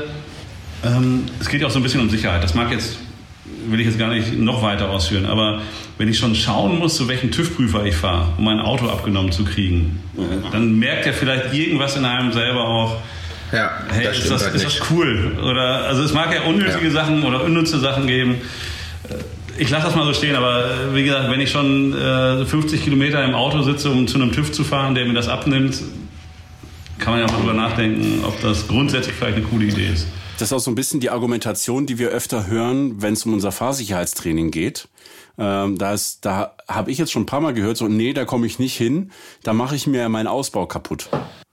es geht ja auch so ein bisschen um Sicherheit. Das will ich jetzt gar nicht noch weiter ausführen, aber wenn ich schon schauen muss, zu welchem TÜV-Prüfer ich fahre, um mein Auto abgenommen zu kriegen, dann merkt ja vielleicht irgendwas in einem selber auch, hey, ist das cool? Oder, also es mag ja unnötige Sachen oder unnütze Sachen geben. Ich lasse das mal so stehen, aber wie gesagt, wenn ich schon 50 Kilometer im Auto sitze, um zu einem TÜV zu fahren, der mir das abnimmt, kann man ja mal drüber nachdenken, ob das grundsätzlich vielleicht eine coole Idee ist. Das ist auch so ein bisschen die Argumentation, die wir öfter hören, wenn es um unser Fahrsicherheitstraining geht. Da habe ich jetzt schon ein paar Mal gehört, so, nee, da komme ich nicht hin, da mache ich mir meinen Ausbau kaputt.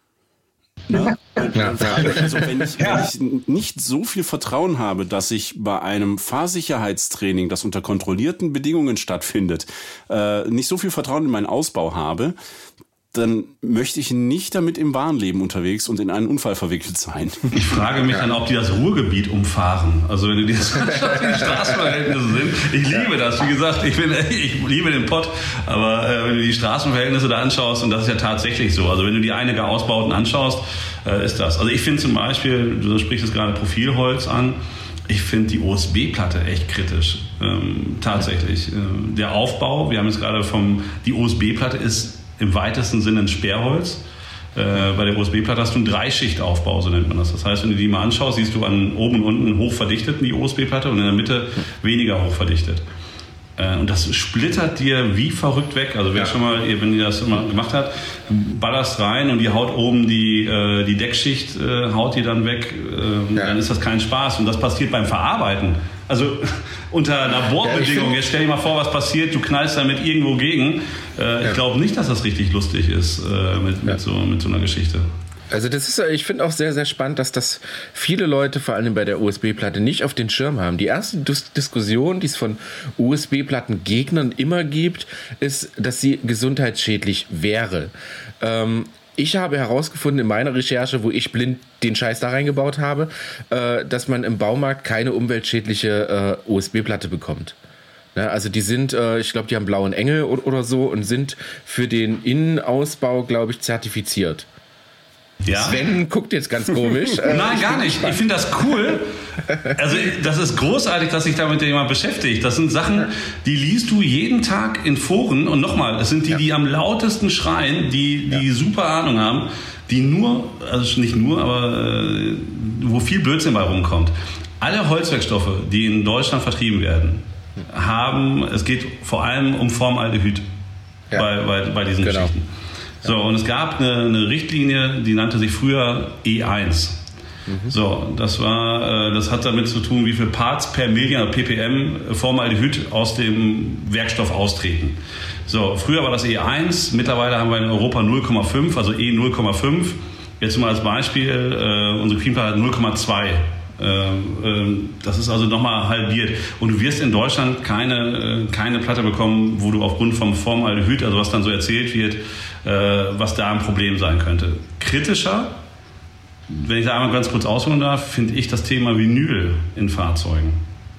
Ne? Also wenn ich nicht so viel Vertrauen habe, dass ich bei einem Fahrsicherheitstraining, das unter kontrollierten Bedingungen stattfindet, nicht so viel Vertrauen in meinen Ausbau habe, dann möchte ich nicht damit im wahren Leben unterwegs und in einen Unfall verwickelt sein. Ich frage mich dann, ob die das Ruhrgebiet umfahren. Also wenn die Straßenverhältnisse sind. Ich liebe das, wie gesagt, ich liebe den Pott, aber wenn du die Straßenverhältnisse da anschaust, und das ist ja tatsächlich so, also wenn du die einige Ausbauten anschaust, ist das. Also ich finde zum Beispiel, du sprichst jetzt gerade Profilholz an, ich finde die OSB-Platte echt kritisch, tatsächlich. Der Aufbau, wir haben jetzt gerade die OSB-Platte ist im weitesten Sinne ein Sperrholz. Bei der OSB-Platte hast du einen Dreischichtaufbau, so nennt man das. Das heißt, wenn du die mal anschaust, siehst du an oben und unten hoch verdichtet die OSB-Platte und in der Mitte weniger hoch verdichtet. Und das splittert dir wie verrückt weg. Also wenn ihr das immer gemacht habt, ballerst rein und die haut oben die Deckschicht, haut die dann weg, dann ist das kein Spaß. Und das passiert beim Verarbeiten. Also unter Laborbedingungen, jetzt stell dir mal vor, was passiert, du knallst damit irgendwo gegen. Ich glaube nicht, dass das richtig lustig ist mit so einer Geschichte. Also ich finde auch sehr, sehr spannend, dass das viele Leute, vor allem bei der USB-Platte, nicht auf den Schirm haben. Die erste Diskussion, die es von USB-Plattengegnern immer gibt, ist, dass sie gesundheitsschädlich wäre. Ich habe herausgefunden in meiner Recherche, wo ich blind den Scheiß da reingebaut habe, dass man im Baumarkt keine umweltschädliche USB-Platte bekommt. Ja, also die sind, ich glaube, die haben blauen Engel oder so und sind für den Innenausbau, glaube ich, zertifiziert. Ja. Sven guckt jetzt ganz komisch. Nein, gar nicht. Ich finde das cool. Also das ist großartig, dass sich damit jemand beschäftigt. Das sind Sachen, die liest du jeden Tag in Foren. Und nochmal, es sind die am lautesten schreien, die super Ahnung haben, die nicht nur, aber wo viel Blödsinn bei rumkommt. Alle Holzwerkstoffe, die in Deutschland vertrieben werden, es geht vor allem um Formaldehyd bei diesen Geschichten. So, und es gab eine Richtlinie, die nannte sich früher E1. So, das hat damit zu tun, wie viele Parts per Million ppm Formaldehyd aus dem Werkstoff austreten. So, früher war das E1, mittlerweile haben wir in Europa 0,5, also E 0,5. Jetzt mal als Beispiel, unsere Creamplatte hat 0,2. Das ist also nochmal halbiert. Und du wirst in Deutschland keine Platte bekommen, wo du aufgrund vom Formaldehyd, also was dann so erzählt wird, was da ein Problem sein könnte. Kritischer, wenn ich da einmal ganz kurz ausholen darf, finde ich das Thema Vinyl in Fahrzeugen.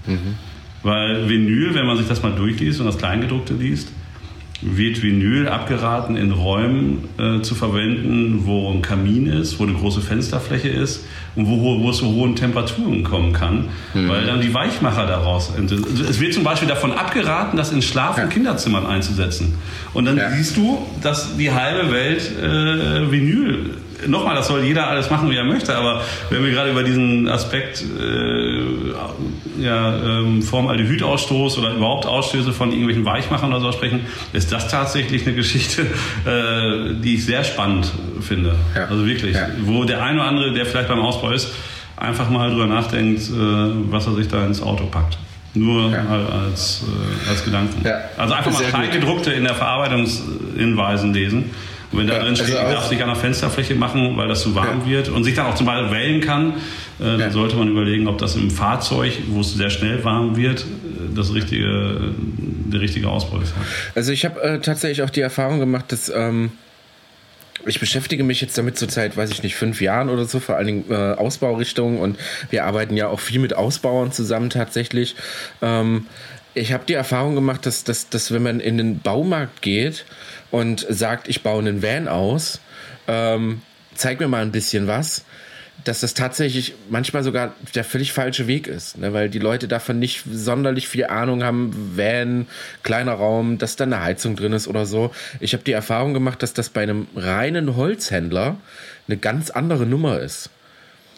Weil Vinyl, wenn man sich das mal durchliest und das Kleingedruckte liest, wird Vinyl abgeraten, in Räumen zu verwenden, wo ein Kamin ist, wo eine große Fensterfläche ist und wo es zu hohen Temperaturen kommen kann, weil dann die Weichmacher daraus. Es wird zum Beispiel davon abgeraten, das in Schlaf- und Kinderzimmern einzusetzen. Und dann siehst du, dass die halbe Welt Vinyl. Nochmal, das soll jeder alles machen, wie er möchte, aber wenn wir gerade über diesen Aspekt Formaldehydausstoß oder überhaupt Ausstöße von irgendwelchen Weichmachern oder so sprechen, ist das tatsächlich eine Geschichte, die ich sehr spannend finde. Ja. Also wirklich, wo der eine oder andere, der vielleicht beim Ausbau ist, einfach mal drüber nachdenkt, was er sich da ins Auto packt. Nur als Gedanken. Ja. Also einfach mal Kleingedruckte in der Verarbeitungshinweisen lesen. Und wenn da drin steht, darf sich an der Fensterfläche machen, weil das zu warm wird und sich dann auch zum Beispiel wellen kann, dann sollte man überlegen, ob das im Fahrzeug, wo es sehr schnell warm wird, der richtige Ausbau ist. Also ich habe tatsächlich auch die Erfahrung gemacht, dass ich beschäftige mich jetzt damit zurzeit, 5 Jahren oder so, vor allen Dingen Ausbaurichtungen, und wir arbeiten ja auch viel mit Ausbauern zusammen tatsächlich. Ich habe die Erfahrung gemacht, dass wenn man in den Baumarkt geht und sagt, ich baue einen Van aus, zeig mir mal ein bisschen was, dass das tatsächlich manchmal sogar der völlig falsche Weg ist, ne? Weil die Leute davon nicht sonderlich viel Ahnung haben, Van, kleiner Raum, dass da eine Heizung drin ist oder so. Ich habe die Erfahrung gemacht, dass das bei einem reinen Holzhändler eine ganz andere Nummer ist.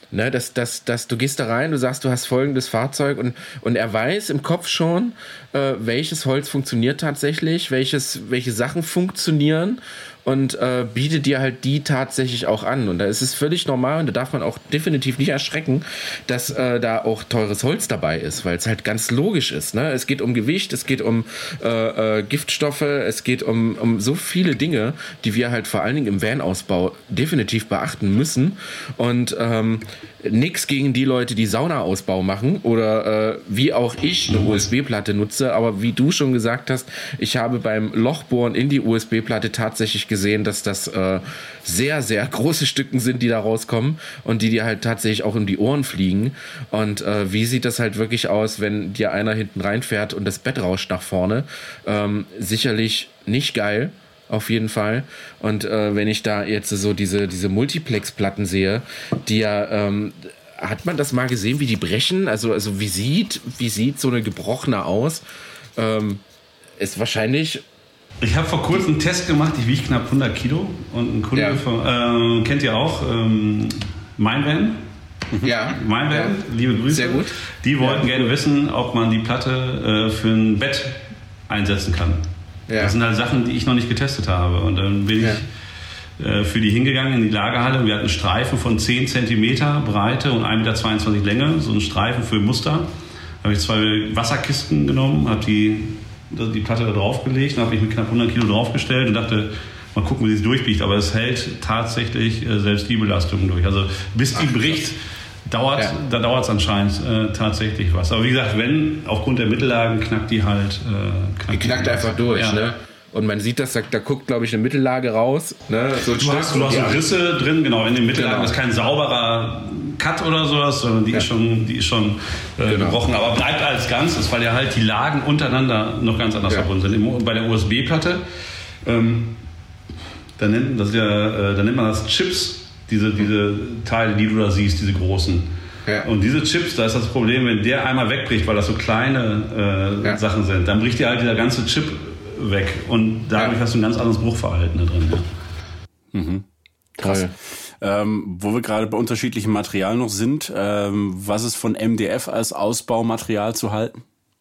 Ne, dass du gehst da rein, du sagst, du hast folgendes Fahrzeug und er weiß im Kopf schon, welches Holz funktioniert tatsächlich, welche Sachen funktionieren und bietet dir halt die tatsächlich auch an. Und da ist es völlig normal und da darf man auch definitiv nicht erschrecken, dass da auch teures Holz dabei ist, weil es halt ganz logisch ist. Ne? Es geht um Gewicht, es geht um Giftstoffe, es geht um so viele Dinge, die wir halt vor allen Dingen im Van-Ausbau definitiv beachten müssen. Und nix gegen die Leute, die Saunaausbau machen oder wie auch ich eine USB-Platte nutze, aber wie du schon gesagt hast, ich habe beim Lochbohren in die USB-Platte tatsächlich gesehen, dass das sehr, sehr große Stücken sind, die da rauskommen und die dir halt tatsächlich auch in die Ohren fliegen. Und wie sieht das halt wirklich aus, wenn dir einer hinten reinfährt und das Bett rauscht nach vorne? Sicherlich nicht geil. Auf jeden Fall. Und wenn ich da jetzt so diese Multiplex-Platten sehe, die ja, hat man das mal gesehen, wie die brechen? Also wie sieht so eine gebrochene aus? Ist wahrscheinlich... Ich habe vor kurzem einen Test gemacht, ich wiege knapp 100 Kilo und ein Kunde kennt ihr auch, Mein Van? Ja. Mein Van, liebe Grüße. Sehr gut. Die wollten gerne wissen, ob man die Platte für ein Bett einsetzen kann. Ja. Das sind halt Sachen, die ich noch nicht getestet habe. Und dann bin ich für die hingegangen in die Lagerhalle. Wir hatten einen Streifen von 10 cm Breite und 1,22 Meter Länge. So einen Streifen für Muster. Da habe ich 2 Wasserkisten genommen, habe die Platte da draufgelegt, dann habe ich mit knapp 100 Kilo draufgestellt und dachte, mal gucken, wie sie es durchbiegt. Aber es hält tatsächlich selbst die Belastung durch. Also bis die bricht, da dauert es anscheinend tatsächlich was. Aber wie gesagt, aufgrund der Mittellagen knackt die halt. Die knackt einfach durch, ne? Und man sieht das, da guckt, glaube ich, eine Mittellage raus. Ne? So du hast so Risse drin, genau. In den Mittellagen ist kein sauberer Cut oder sowas, sondern die ist schon gebrochen. Aber bleibt als Ganzes, weil ja halt die Lagen untereinander noch ganz anders verbunden sind. Bei der USB-Platte, da nennt man das Chips. Diese Teile, die du da siehst, diese großen. Ja. Und diese Chips, da ist das Problem, wenn der einmal wegbricht, weil das so kleine Sachen sind, dann bricht dir halt dieser ganze Chip weg. Und dadurch hast du ein ganz anderes Bruchverhalten da drin. Ja. Mhm. Krass. Wo wir gerade bei unterschiedlichen Materialien noch sind, was ist von MDF als Ausbaumaterial zu halten?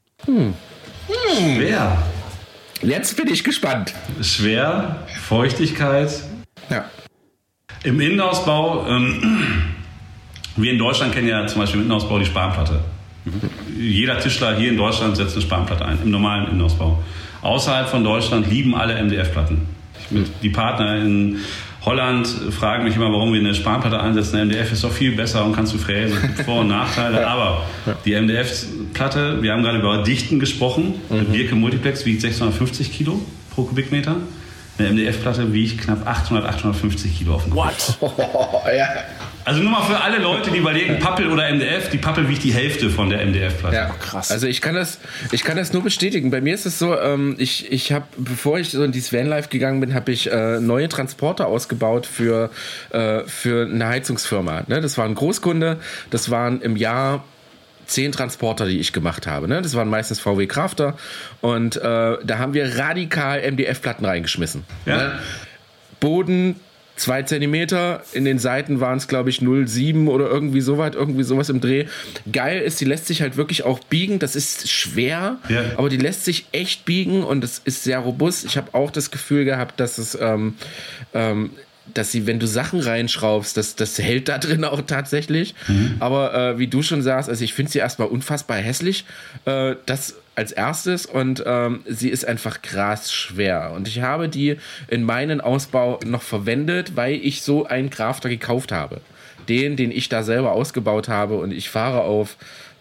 Schwer. Jetzt bin ich gespannt. Schwer, Feuchtigkeit. Ja. Im Innenausbau, wir in Deutschland kennen ja zum Beispiel im Innenausbau die Spanplatte. Jeder Tischler hier in Deutschland setzt eine Spanplatte ein, im normalen Innenausbau. Außerhalb von Deutschland lieben alle MDF-Platten. Die Partner in Holland fragen mich immer, warum wir eine Spanplatte einsetzen. Eine MDF ist doch viel besser und kannst du fräsen. Es gibt Vor- und Nachteile. Aber die MDF-Platte, wir haben gerade über Dichten gesprochen. Eine Birke Multiplex wiegt 650 Kilo pro Kubikmeter. Eine MDF-Platte wiegt knapp 850 Kilo auf dem Kopf. Also nur mal für alle Leute, die überlegen, Pappel oder MDF, die Pappel wiegt die Hälfte von der MDF-Platte. Ja, krass. Also ich kann das nur bestätigen. Bei mir ist es so, ich habe, bevor ich so in dieses Vanlife gegangen bin, habe ich neue Transporter ausgebaut für eine Heizungsfirma. Ne? Das war ein Großkunde, das waren im Jahr 10 Transporter, die ich gemacht habe. Ne? Das waren meistens VW Crafter und da haben wir radikal MDF-Platten reingeschmissen. Ja. Ne? Boden 2 Zentimeter, in den Seiten waren es, glaube ich, 0,7 oder irgendwie sowas im Dreh. Geil ist, die lässt sich halt wirklich auch biegen. Das ist schwer, aber die lässt sich echt biegen und es ist sehr robust. Ich habe auch das Gefühl gehabt, dass es dass sie, wenn du Sachen reinschraubst, das hält da drin auch tatsächlich. Aber wie du schon sagst, also ich finde sie erstmal unfassbar hässlich, das als erstes und sie ist einfach krass schwer. Und ich habe die in meinen Ausbau noch verwendet, weil ich so einen Crafter gekauft habe. Den ich da selber ausgebaut habe und ich fahre auf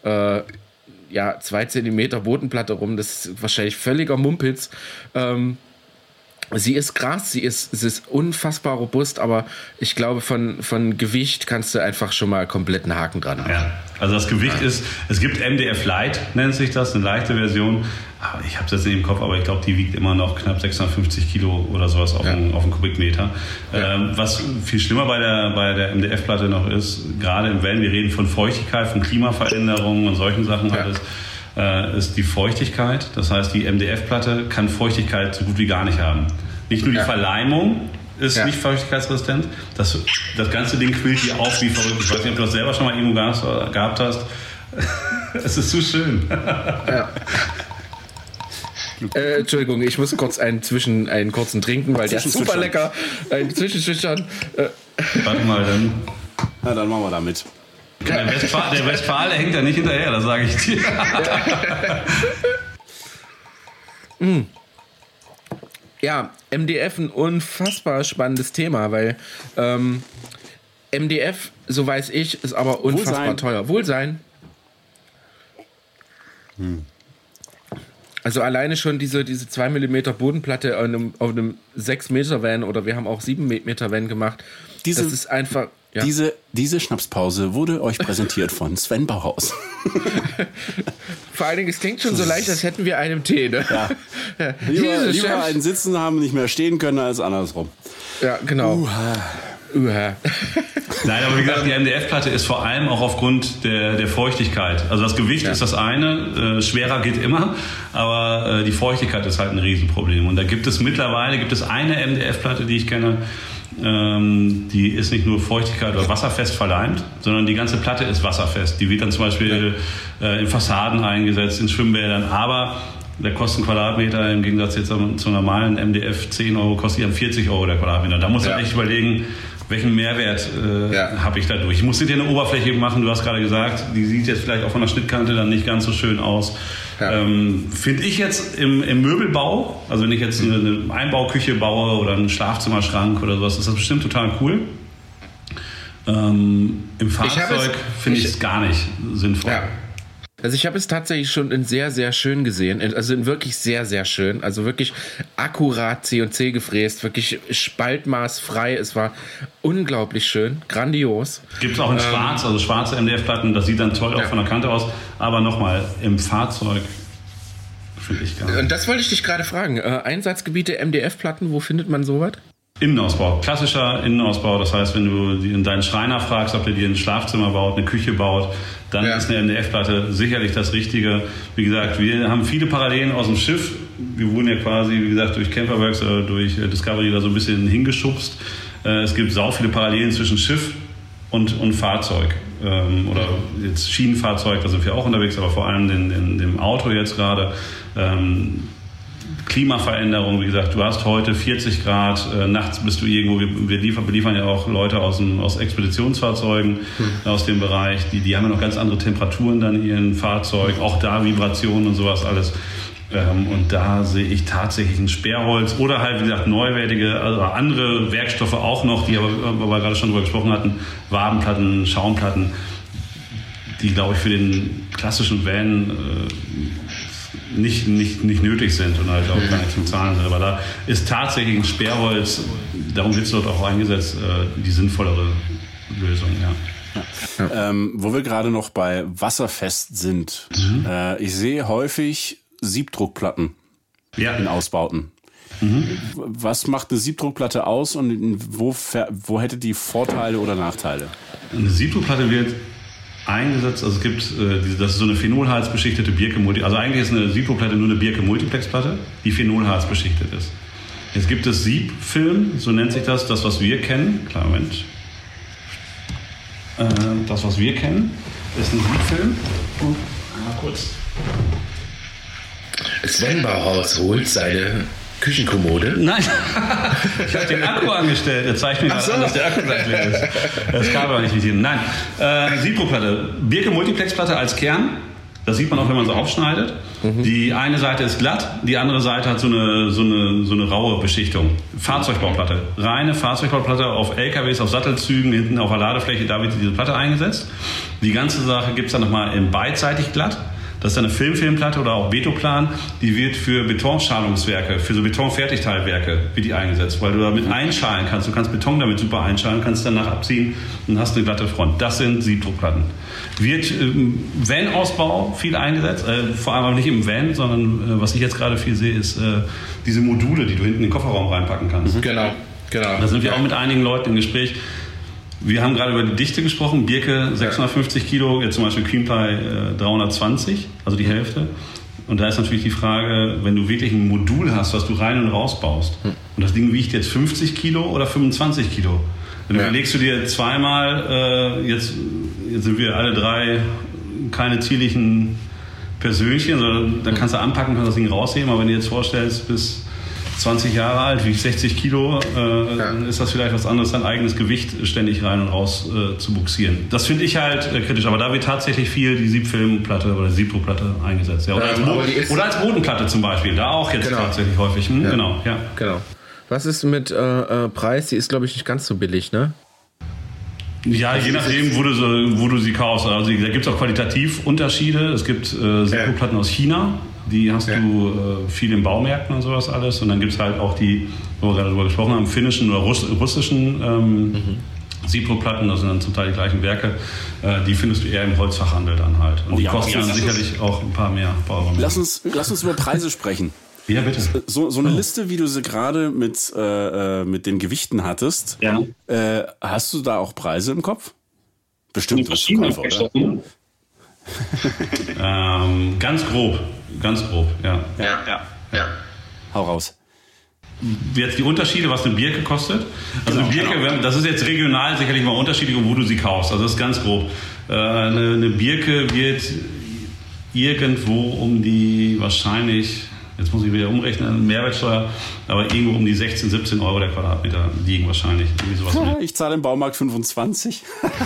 2 Zentimeter Bodenplatte rum. Das ist wahrscheinlich völliger Mumpitz. Sie ist krass, sie ist unfassbar robust, aber ich glaube, von Gewicht kannst du einfach schon mal komplett einen Haken dran haben. Ja, also das Gewicht ist, es gibt MDF Light, nennt sich das, eine leichte Version. Aber ich habe es jetzt nicht im Kopf, aber ich glaube, die wiegt immer noch knapp 650 Kilo oder sowas auf einen Kubikmeter. Ja. Was viel schlimmer bei der MDF-Platte noch ist, gerade im Van, wir reden von Feuchtigkeit, von Klimaveränderungen und solchen Sachen alles. Ist die Feuchtigkeit. Das heißt, die MDF-Platte kann Feuchtigkeit so gut wie gar nicht haben. Nicht nur die Verleimung, ist nicht feuchtigkeitsresistent. Das ganze Ding quillt hier auf wie verrückt. Ich weiß nicht, ob du das selber schon mal irgendwo gehabt hast. Es ist zu schön. Ja. Entschuldigung, ich muss kurz einen kurzen trinken, weil der ist super lecker. Ein Zwischenzwischern. Warte mal, dann. Na, dann machen wir damit. Der Westfale hängt ja nicht hinterher, das sage ich dir. Ja, MDF ein unfassbar spannendes Thema, weil MDF, so weiß ich, ist aber unfassbar teuer. Wohlsein. Also alleine schon diese 2 mm Bodenplatte auf einem 6 Meter Van oder wir haben auch 7 Meter Van gemacht. Das ist einfach... Ja. Diese Schnapspause wurde euch präsentiert von Sven Bauhaus. Vor allen Dingen, es klingt schon so leicht, als hätten wir einen Tee. Ne? Ja. Lieber einen Sitzen haben, nicht mehr stehen können, als andersrum. Ja, genau. Nein, aber wie gesagt, die MDF-Platte ist vor allem auch aufgrund der Feuchtigkeit. Also das Gewicht ist das eine, schwerer geht immer, aber die Feuchtigkeit ist halt ein Riesenproblem. Und da gibt es mittlerweile eine MDF-Platte, die ich kenne, die ist nicht nur Feuchtigkeit oder wasserfest verleimt, sondern die ganze Platte ist wasserfest. Die wird dann zum Beispiel in Fassaden eingesetzt, in Schwimmbädern, aber der kostet ein Quadratmeter im Gegensatz jetzt zur normalen MDF 10 Euro, kostet die 40 Euro der Quadratmeter. Da muss man echt überlegen, welchen Mehrwert habe ich dadurch. Ich muss dir eine Oberfläche machen, du hast gerade gesagt, die sieht jetzt vielleicht auch von der Schnittkante dann nicht ganz so schön aus. Ja. Finde ich jetzt im Möbelbau, also wenn ich jetzt eine Einbauküche baue oder einen Schlafzimmerschrank oder sowas, ist das bestimmt total cool. Im Fahrzeug finde ich es gar nicht sinnvoll. Ja. Also ich habe es tatsächlich schon in sehr, sehr schön gesehen. Also in wirklich sehr, sehr schön. Also wirklich akkurat C&C gefräst. Wirklich spaltmaßfrei. Es war unglaublich schön. Grandios. Gibt es auch in Schwarz. Also schwarze MDF-Platten. Das sieht dann toll auch von der Kante aus. Aber nochmal, im Fahrzeug finde ich gar nicht. Und das wollte ich dich gerade fragen. Einsatzgebiete MDF-Platten, wo findet man sowas? Innenausbau, klassischer Innenausbau. Das heißt, wenn du in deinen Schreiner fragst, ob der dir ein Schlafzimmer baut, eine Küche baut, dann ist eine MDF-Platte sicherlich das Richtige. Wie gesagt, wir haben viele Parallelen aus dem Schiff. Wir wurden ja quasi, wie gesagt, durch Camperworks oder durch Discovery da so ein bisschen hingeschubst. Es gibt sau viele Parallelen zwischen Schiff und Fahrzeug. Oder jetzt Schienenfahrzeug, da sind wir auch unterwegs, aber vor allem dem Auto jetzt gerade. Klimaveränderung, wie gesagt, du hast heute 40 Grad, nachts bist du irgendwo, wir beliefern ja auch Leute aus Expeditionsfahrzeugen aus dem Bereich, die haben ja noch ganz andere Temperaturen dann in ihren Fahrzeug, auch da Vibrationen und sowas alles. Und da sehe ich tatsächlich ein Sperrholz oder halt, wie gesagt, neuwertige, also andere Werkstoffe auch noch, die aber, wo wir gerade schon drüber gesprochen hatten, Wabenplatten, Schaumplatten, die, glaube ich, für den klassischen Van nicht nötig sind und halt auch gar nicht zum Zahlen sind. Aber da ist tatsächlich ein Sperrholz, darum wird es dort auch eingesetzt, die sinnvollere Lösung, wo wir gerade noch bei wasserfest sind, ich sehe häufig Siebdruckplatten in Ausbauten. Was macht eine Siebdruckplatte aus und wo hätte die Vorteile oder Nachteile? Eine Siebdruckplatte wird eingesetzt, also es gibt, das ist so eine phenolharzbeschichtete Birke-Multiplex, also eigentlich ist eine Siebdruckplatte nur eine Birke-Multiplexplatte, die phenolharzbeschichtet ist. Jetzt gibt es Siebfilm, so nennt sich das was wir kennen. Klar, Moment. Das, was wir kennen, ist ein Siebfilm. Mal kurz. Sven Bauhaus holt seine Küchenkommode? Nein, ich habe den Akku angestellt. Er zeigt mir gerade an, dass der Akku gleich leer ist. Das kann aber nicht mit ihm. Nein, Siebdruckplatte. Birke-Multiplexplatte als Kern. Das sieht man auch, wenn man sie aufschneidet. Die eine Seite ist glatt, die andere Seite hat so eine raue Beschichtung. Fahrzeugbauplatte. Reine Fahrzeugbauplatte auf LKWs, auf Sattelzügen, hinten auf der Ladefläche, da wird diese Platte eingesetzt. Die ganze Sache gibt es dann nochmal in beidseitig glatt. Das ist eine Filmplatte oder auch Betoplan, die wird für Betonschalungswerke, für so Betonfertigteilwerke wird die eingesetzt, weil du damit einschalen kannst. Du kannst Beton damit super einschalen, kannst danach abziehen und hast eine glatte Front. Das sind Siebdruckplatten. Wird im Van-Ausbau viel eingesetzt, vor allem nicht im Van, sondern was ich jetzt gerade viel sehe, ist diese Module, die du hinten in den Kofferraum reinpacken kannst. Genau. Da sind wir auch mit einigen Leuten im Gespräch. Wir haben gerade über die Dichte gesprochen. Birke 650 Kilo, jetzt zum Beispiel Queenply 320, also die Hälfte. Und da ist natürlich die Frage, wenn du wirklich ein Modul hast, was du rein und raus baust, Und das Ding wiegt jetzt 50 Kilo oder 25 Kilo. Dann überlegst du dir zweimal, jetzt sind wir alle drei keine zierlichen Persönchen, sondern dann kannst du anpacken, kannst das Ding rausheben. Aber wenn du dir jetzt vorstellst, bis 20 Jahre alt, wiegt 60 Kilo, dann ist das vielleicht was anderes, dein eigenes Gewicht ständig rein und raus zu buxieren. Das finde ich halt kritisch. Aber da wird tatsächlich viel die Siebfilmplatte oder Sipro-Platte eingesetzt. Ja. Oder als Bodenplatte zum Beispiel. Da auch jetzt tatsächlich häufig. Genau. Was ist mit Preis? Die ist, glaube ich, nicht ganz so billig, ne? Ja, je nachdem, wo du sie kaufst. Also da gibt es auch qualitativ Unterschiede. Es gibt Sipro-Platten aus China. Die hast du viel in Baumärkten und sowas alles. Und dann gibt es halt auch die, wo wir gerade drüber gesprochen haben, finnischen oder russischen Sipro-Platten. Das sind dann zum Teil die gleichen Werke. Die findest du eher im Holzfachhandel dann halt. Und die kosten dann sicherlich auch ein paar mehr Euro mehr. Lass uns über Preise sprechen. Ja, bitte. So eine Liste, wie du sie gerade mit den Gewichten hattest, hast du da auch Preise im Kopf? Bestimmt. Oder? Ganz grob, ja. Hau raus. Jetzt die Unterschiede, was eine Birke kostet. Also eine Birke, das ist jetzt regional sicherlich mal unterschiedlich, wo du sie kaufst. Also das ist ganz grob. Eine Birke wird irgendwo um die wahrscheinlich, jetzt muss ich wieder umrechnen, Mehrwertsteuer, aber irgendwo um die 16, 17 Euro der Quadratmeter liegen wahrscheinlich. Sowas ich zahle im Baumarkt 25.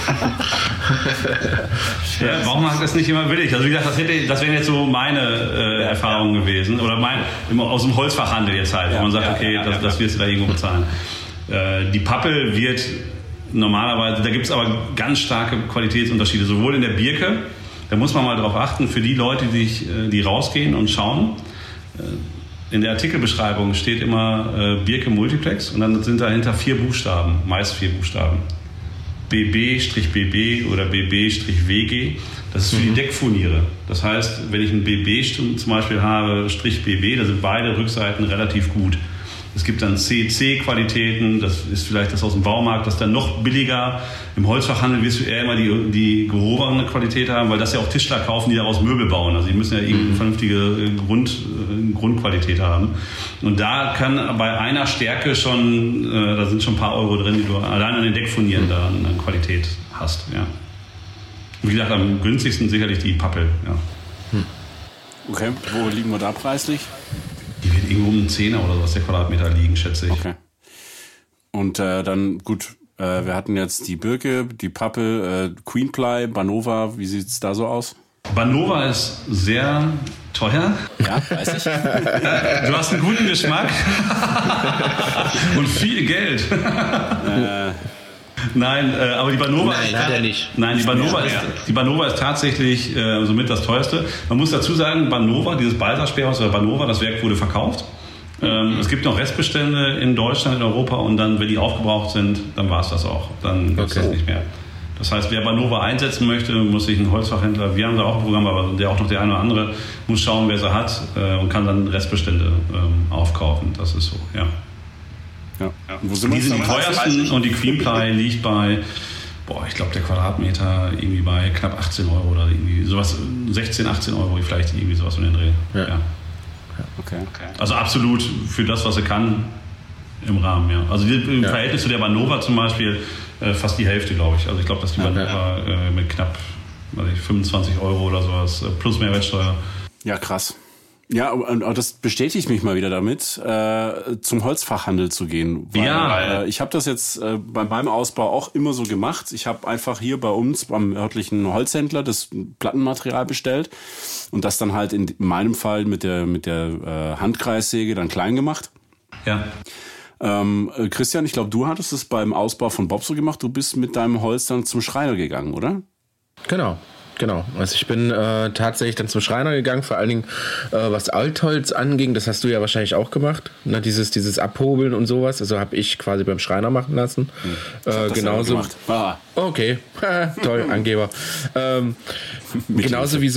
Der Baumarkt ist nicht immer billig. Also wie gesagt, das wären jetzt so meine Erfahrungen gewesen. Oder aus dem Holzfachhandel jetzt halt, wo man sagt, okay, das wirst du da irgendwo bezahlen. Die Pappel wird normalerweise, da gibt es aber ganz starke Qualitätsunterschiede, sowohl in der Birke, da muss man mal drauf achten, für die Leute, die rausgehen und schauen. In der Artikelbeschreibung steht immer Birke Multiplex und dann sind dahinter 4 Buchstaben, meist 4 Buchstaben. BB-BB oder BB-WG. Das ist für die Deckfurniere. Das heißt, wenn ich ein BB zum Beispiel habe, /BB, da sind beide Rückseiten relativ gut. Es gibt dann CC-Qualitäten, das ist vielleicht das aus dem Baumarkt, das ist dann noch billiger. Im Holzfachhandel wirst du eher immer die gehobene Qualität haben, weil das ja auch Tischler kaufen, die daraus Möbel bauen. Also die müssen ja irgendeine vernünftige Grundqualität haben. Und da kann bei einer Stärke schon, da sind schon ein paar Euro drin, die du allein an den Deckfurnieren da an Qualität hast. Ja. Wie gesagt, am günstigsten sicherlich die Pappel. Ja. Okay, wo liegen wir da preislich? Die wird irgendwo um einen Zehner oder so was der Quadratmeter liegen, schätze ich. Okay. Und dann, gut, wir hatten jetzt die Birke, die Pappel, Queenply, Banova, wie sieht es da so aus? Banova ist sehr teuer. Ja, weiß ich. Du hast einen guten Geschmack und viel Geld. Nein, aber die Banova... Nein, hat er nicht. Nein, die Banova ist tatsächlich somit das teuerste. Man muss dazu sagen, Banova, dieses Balsa-Sperrholz oder Banova, das Werk wurde verkauft. Es gibt noch Restbestände in Deutschland, in Europa und dann, wenn die aufgebraucht sind, dann war es das auch. Dann gibt es das nicht mehr. Das heißt, wer Banova einsetzen möchte, muss sich einen Holzfachhändler, wir haben da auch ein Programm, aber auch noch der eine oder andere, muss schauen, wer sie hat und kann dann Restbestände aufkaufen. Das ist so, ja. Die sind die teuersten und die Queenply liegt bei, ich glaube der Quadratmeter irgendwie bei knapp 18 Euro oder irgendwie sowas, 16, 18 Euro vielleicht irgendwie sowas um den Dreh. Ja. Okay. Also absolut für das, was sie kann, im Rahmen, ja. Also im Verhältnis zu der Banova zum Beispiel fast die Hälfte, glaube ich. Also ich glaube, dass die Banova mit knapp 25 Euro oder sowas plus Mehrwertsteuer. Ja, krass. Ja, und das bestätigt mich mal wieder damit, zum Holzfachhandel zu gehen. Weil, ich habe das jetzt bei meinem Ausbau auch immer so gemacht. Ich habe einfach hier bei uns beim örtlichen Holzhändler das Plattenmaterial bestellt und das dann halt in meinem Fall mit der Handkreissäge dann klein gemacht. Ja. Christian, ich glaube, du hattest es beim Ausbau von Bob so gemacht. Du bist mit deinem Holz dann zum Schreiner gegangen, oder? Genau. Also ich bin tatsächlich dann zum Schreiner gegangen, vor allen Dingen was Altholz anging, das hast du ja wahrscheinlich auch gemacht, ne? Dieses Abhobeln und sowas, also habe ich quasi beim Schreiner machen lassen. Genauso. Okay, toll, Angeber. Genauso wie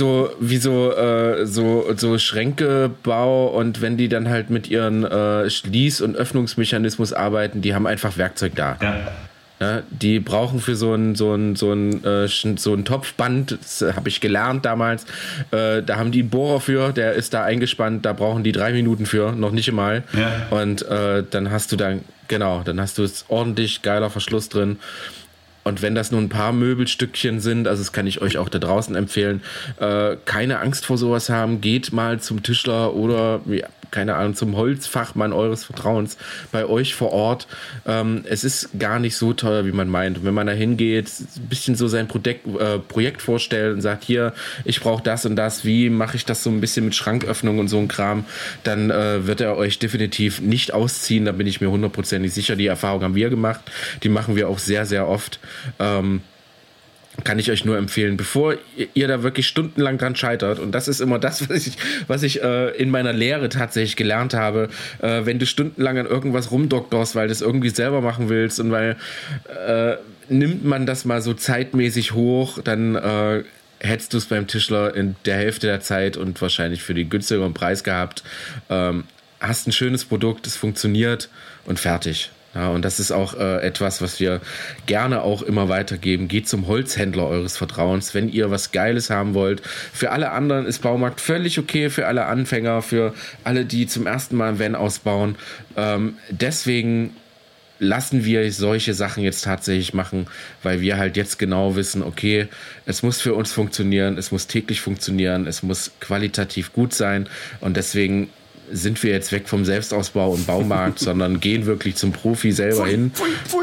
so Schränkebau und wenn die dann halt mit ihren Schließ- und Öffnungsmechanismus arbeiten, die haben einfach Werkzeug da. Ja. Ja, die brauchen für so ein Topfband, das habe ich gelernt damals, da haben die einen Bohrer für, der ist da eingespannt, da brauchen die 3 Minuten für, noch nicht einmal. Ja. Und dann hast du es ordentlich geiler Verschluss drin. Und wenn das nur ein paar Möbelstückchen sind, also das kann ich euch auch da draußen empfehlen, keine Angst vor sowas haben, geht mal zum Tischler oder keine Ahnung, zum Holzfachmann eures Vertrauens bei euch vor Ort. Es ist gar nicht so teuer, wie man meint. Und wenn man da hingeht, ein bisschen so sein Projekt vorstellt und sagt, hier, ich brauche das und das, wie mache ich das so ein bisschen mit Schranköffnung und so ein Kram, dann wird er euch definitiv nicht ausziehen, da bin ich mir 100% sicher. Die Erfahrung haben wir gemacht, die machen wir auch sehr, sehr oft. Kann ich euch nur empfehlen, bevor ihr da wirklich stundenlang dran scheitert. Und das ist immer das, was ich in meiner Lehre tatsächlich gelernt habe. Wenn du stundenlang an irgendwas rumdoktorst, weil du es irgendwie selber machen willst und weil nimmt man das mal so zeitmäßig hoch, dann hättest du es beim Tischler in der Hälfte der Zeit und wahrscheinlich für den günstigeren Preis gehabt. Hast ein schönes Produkt, es funktioniert und fertig. Ja, und das ist auch etwas, was wir gerne auch immer weitergeben. Geht zum Holzhändler eures Vertrauens, wenn ihr was Geiles haben wollt. Für alle anderen ist Baumarkt völlig okay, für alle Anfänger, für alle, die zum ersten Mal ein Van ausbauen. Deswegen lassen wir solche Sachen jetzt tatsächlich machen, weil wir halt jetzt genau wissen, okay, es muss für uns funktionieren, es muss täglich funktionieren, es muss qualitativ gut sein und deswegen sind wir jetzt weg vom Selbstausbau und Baumarkt, sondern gehen wirklich zum Profi selber hin.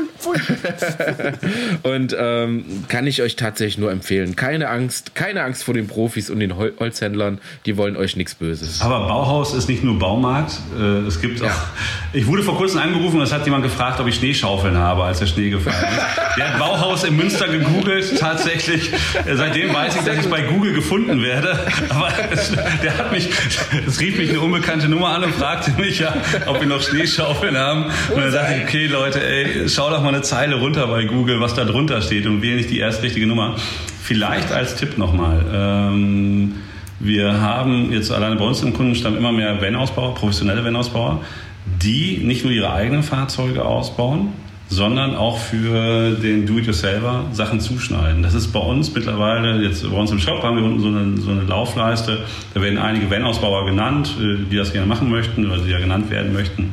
Und kann ich euch tatsächlich nur empfehlen. Keine Angst vor den Profis und den Holzhändlern, die wollen euch nichts Böses. Aber Bauhaus ist nicht nur Baumarkt, es gibt auch... Ich wurde vor kurzem angerufen und es hat jemand gefragt, ob ich Schneeschaufeln habe, als der Schnee gefallen ist. Der hat Bauhaus in Münster gegoogelt, tatsächlich. Seitdem weiß ich, dass ich bei Google gefunden werde. Aber es rief mich eine unbekannte Nummer an und fragte mich, ob wir noch Schneeschaufeln haben. Und dann sagte ich, okay Leute, schau doch mal eine Zeile runter bei Google, was da drunter steht und wähle nicht die erste richtige Nummer. Vielleicht als Tipp nochmal. Wir haben jetzt alleine bei uns im Kundenstamm immer mehr Van-Ausbauer, professionelle Van-Ausbauer, die nicht nur ihre eigenen Fahrzeuge ausbauen, sondern auch für den Do-it-yourselfer Sachen zuschneiden. Das ist bei uns mittlerweile, jetzt bei uns im Shop haben wir unten so eine Laufleiste, da werden einige Van-Ausbauer genannt, die das gerne machen möchten oder die ja genannt werden möchten.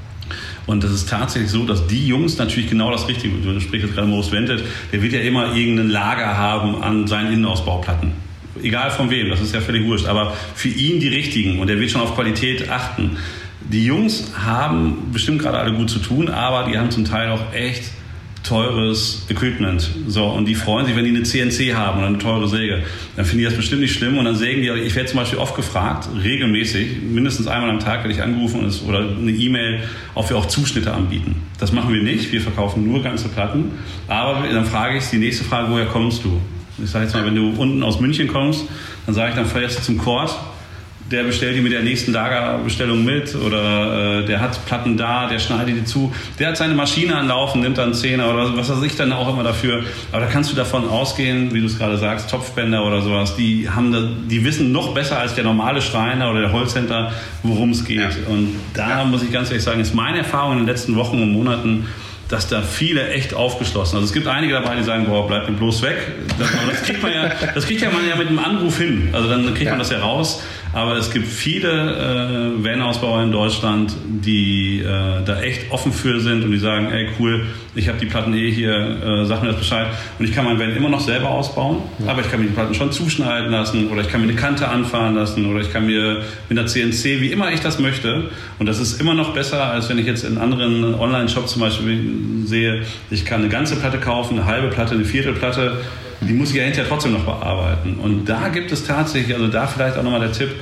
Und das ist tatsächlich so, dass die Jungs natürlich genau das Richtige, du sprichst jetzt gerade Most Wanted, der wird ja immer irgendein Lager haben an seinen Innenausbauplatten. Egal von wem, das ist ja völlig wurscht, aber für ihn die richtigen und der wird schon auf Qualität achten. Die Jungs haben bestimmt gerade alle gut zu tun, aber die haben zum Teil auch echt teures Equipment. So, und die freuen sich, wenn die eine CNC haben oder eine teure Säge. Dann finden die das bestimmt nicht schlimm und dann sägen die. Ich werde zum Beispiel oft gefragt, regelmäßig, mindestens einmal am Tag werde ich angerufen oder eine E-Mail, ob wir auch Zuschnitte anbieten. Das machen wir nicht, wir verkaufen nur ganze Platten. Aber dann frage ich die nächste Frage, woher kommst du? Ich sage jetzt mal, wenn du unten aus München kommst, dann sage ich, dann fährst du zum Kord. Der bestellt die mit der nächsten Lagerbestellung mit oder der hat Platten da, der schneidet die zu. Der hat seine Maschine anlaufen, nimmt dann 10er oder was weiß ich dann auch immer dafür. Aber da kannst du davon ausgehen, wie du es gerade sagst, Topfbänder oder sowas, die wissen noch besser als der normale Schreiner oder der Holzhändler, worum es geht. Ja. Und da muss ich ganz ehrlich sagen, ist meine Erfahrung in den letzten Wochen und Monaten, dass da viele echt aufgeschlossen. Also es gibt einige dabei, die sagen, boah, bleib mir bloß weg. Das kriegt man ja mit einem Anruf hin. Also dann kriegt man das ja raus. Aber es gibt viele Van-Ausbauer in Deutschland, die da echt offen für sind und die sagen, ey cool, ich habe die Platten hier, sag mir das Bescheid. Und ich kann mein Van immer noch selber ausbauen, aber ich kann mir die Platten schon zuschneiden lassen oder ich kann mir eine Kante anfahren lassen oder ich kann mir mit einer CNC, wie immer ich das möchte. Und das ist immer noch besser, als wenn ich jetzt in anderen Online-Shops zum Beispiel sehe, ich kann eine ganze Platte kaufen, eine halbe Platte, eine Viertelplatte. Die muss ich ja hinterher trotzdem noch bearbeiten. Und da gibt es tatsächlich, also da vielleicht auch nochmal der Tipp,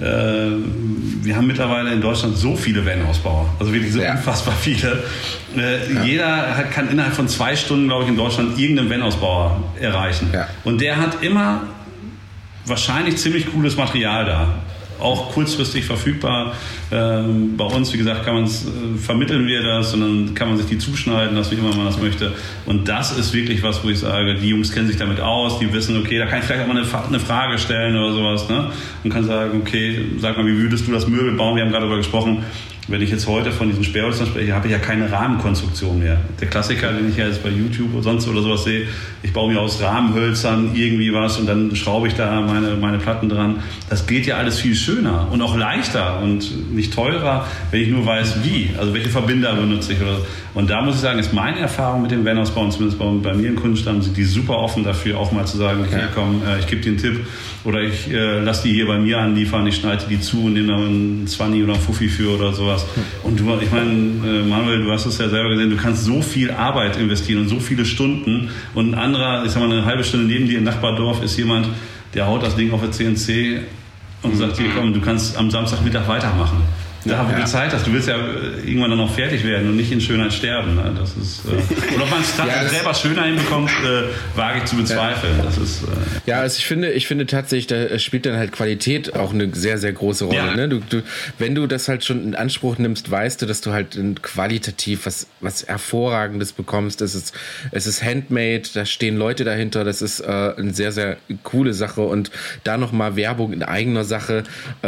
wir haben mittlerweile in Deutschland so viele Van-Ausbauer, also wirklich so unfassbar viele. Jeder kann innerhalb von 2 Stunden, glaube ich, in Deutschland irgendeinen Van-Ausbauer erreichen. Ja. Und der hat immer wahrscheinlich ziemlich cooles Material da. Auch kurzfristig verfügbar. Bei uns, wie gesagt, vermitteln wir das und dann kann man sich die zuschneiden lassen, wie immer man das möchte. Und das ist wirklich was, wo ich sage, die Jungs kennen sich damit aus, die wissen, okay, da kann ich vielleicht auch mal eine Frage stellen oder sowas. Ne? Und kann sagen, okay, sag mal, wie würdest du das Möbel bauen? Wir haben gerade darüber gesprochen. wenn ich jetzt heute von diesen Sperrhölzern spreche, habe ich ja keine Rahmenkonstruktion mehr. Der Klassiker, den ich ja jetzt bei YouTube oder sonst oder sowas sehe, ich baue mir aus Rahmenhölzern irgendwie was und dann schraube ich da meine Platten dran. Das geht ja alles viel schöner und auch leichter und nicht teurer, wenn ich nur weiß, wie, also welche Verbinder benutze ich. Und da muss ich sagen, ist meine Erfahrung mit dem Van-Ausbau, und zumindest bei mir im Kundenstamm, sind die super offen dafür, auch mal zu sagen, okay, komm, ich gebe dir einen Tipp oder ich lasse die hier bei mir anliefern, ich schneide die zu und nehme da einen 20 oder einen Fuffi für oder sowas. Und ich meine, Manuel, du hast es ja selber gesehen, du kannst so viel Arbeit investieren und so viele Stunden und ein anderer, ich sag mal, eine halbe Stunde neben dir im Nachbardorf ist jemand, der haut das Ding auf der CNC und sagt dir, komm, du kannst am Samstagmittag weitermachen. Da, wo du Zeit hast. Du willst ja irgendwann dann noch fertig werden und nicht in Schönheit sterben. Ne? Das ist, oder ob man es selber schöner hinbekommt, wage ich zu bezweifeln. Das ist, also ich finde tatsächlich, da spielt dann halt Qualität auch eine sehr, sehr große Rolle. Ja. Ne? Wenn du das halt schon in Anspruch nimmst, weißt du, dass du halt qualitativ was Hervorragendes bekommst. Es ist handmade, da stehen Leute dahinter. Das ist eine sehr, sehr coole Sache. Und da nochmal Werbung in eigener Sache.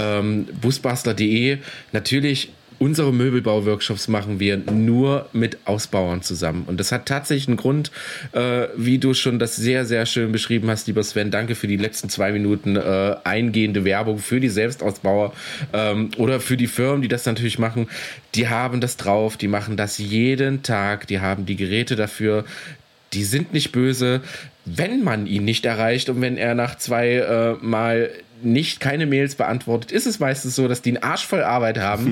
Busbastler.de, natürlich, unsere Möbelbau-Workshops machen wir nur mit Ausbauern zusammen. Und das hat tatsächlich einen Grund, wie du schon das sehr, sehr schön beschrieben hast, lieber Sven. Danke für die letzten 2 Minuten eingehende Werbung für die Selbstausbauer oder für die Firmen, die das natürlich machen. Die haben das drauf, die machen das jeden Tag, die haben die Geräte dafür. Die sind nicht böse, wenn man ihn nicht erreicht und wenn er nach 2 Mal keine Mails beantwortet, ist es meistens so, dass die einen Arsch voll Arbeit haben.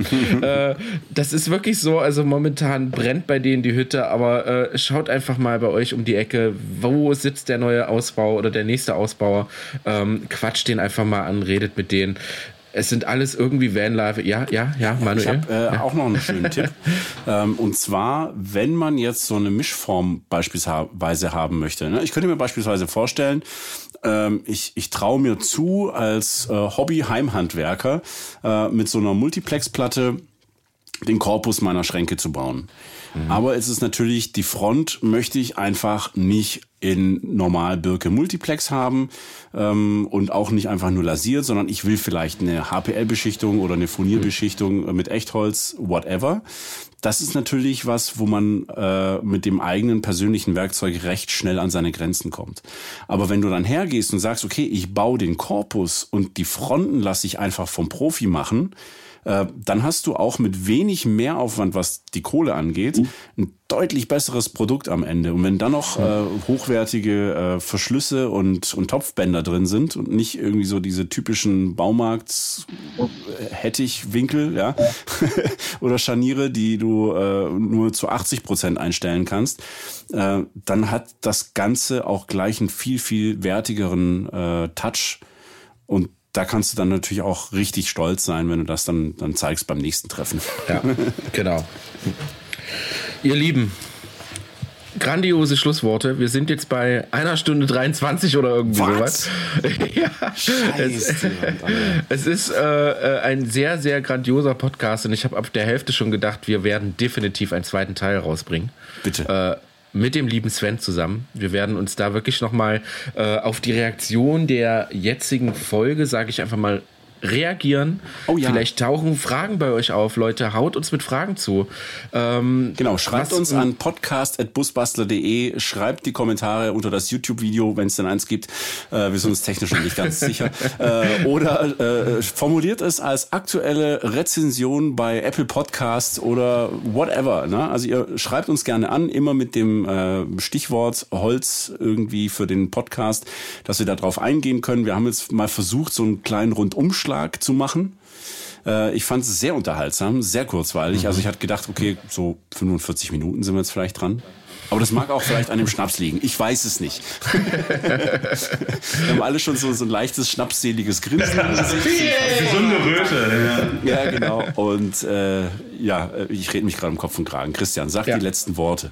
Das ist wirklich so, also momentan brennt bei denen die Hütte, aber schaut einfach mal bei euch um die Ecke, wo sitzt der neue Ausbau oder der nächste Ausbauer, quatscht den einfach mal an, redet mit denen. Es sind alles irgendwie Vanlife. Ja, Manuel. Ich habe auch noch einen schönen Tipp. Und zwar, wenn man jetzt so eine Mischform beispielsweise haben möchte. Ne? Ich könnte mir beispielsweise vorstellen, ich traue mir zu, als Hobby-Heimhandwerker mit so einer Multiplex-Platte den Korpus meiner Schränke zu bauen. Aber es ist natürlich, die Front möchte ich einfach nicht in normal Birke Multiplex haben und auch nicht einfach nur lasiert, sondern ich will vielleicht eine HPL-Beschichtung oder eine Furnierbeschichtung mit Echtholz, whatever. Das ist natürlich was, wo man mit dem eigenen persönlichen Werkzeug recht schnell an seine Grenzen kommt. Aber wenn du dann hergehst und sagst, okay, ich baue den Korpus und die Fronten lasse ich einfach vom Profi machen, dann hast du auch mit wenig Mehraufwand, was die Kohle angeht, ein deutlich besseres Produkt am Ende. Und wenn dann noch hochwertige Verschlüsse und Topfbänder drin sind und nicht irgendwie so diese typischen Baumarkt-Hettich-Winkel, ja, oder Scharniere, die du nur zu 80% einstellen kannst, dann hat das Ganze auch gleich einen viel, viel wertigeren Touch. Und da kannst du dann natürlich auch richtig stolz sein, wenn du das dann zeigst beim nächsten Treffen. Ja, genau. Ihr Lieben, grandiose Schlussworte. Wir sind jetzt bei 1 Stunde 23 oder irgendwie sowas. Ja, Scheiße. Es ist ein sehr, sehr grandioser Podcast und ich habe ab der Hälfte schon gedacht, wir werden definitiv einen zweiten Teil rausbringen. Bitte. Mit dem lieben Sven zusammen. Wir werden uns da wirklich nochmal auf die Reaktion der jetzigen Folge, sage ich einfach mal, reagieren. Oh ja. Vielleicht tauchen Fragen bei euch auf, Leute. Haut uns mit Fragen zu. Genau, schreibt uns an podcast@busbastler.de. Schreibt die Kommentare unter das YouTube-Video, wenn es denn eins gibt. Wir sind uns technisch noch nicht ganz sicher. Oder formuliert es als aktuelle Rezension bei Apple Podcasts oder whatever. Ne? Also ihr schreibt uns gerne an, immer mit dem Stichwort Holz irgendwie für den Podcast, dass wir da drauf eingehen können. Wir haben jetzt mal versucht, so einen kleinen Rundumschlag zu machen. Ich fand es sehr unterhaltsam, sehr kurzweilig. Also ich hatte gedacht, okay, so 45 Minuten sind wir jetzt vielleicht dran. Aber das mag auch vielleicht an dem Schnaps liegen. Ich weiß es nicht. Wir haben alle schon so ein leichtes, schnapsseliges Grinsen. Gesunde Röte. Ja, genau. Und ich rede mich gerade im Kopf und Kragen. Christian, sag die letzten Worte.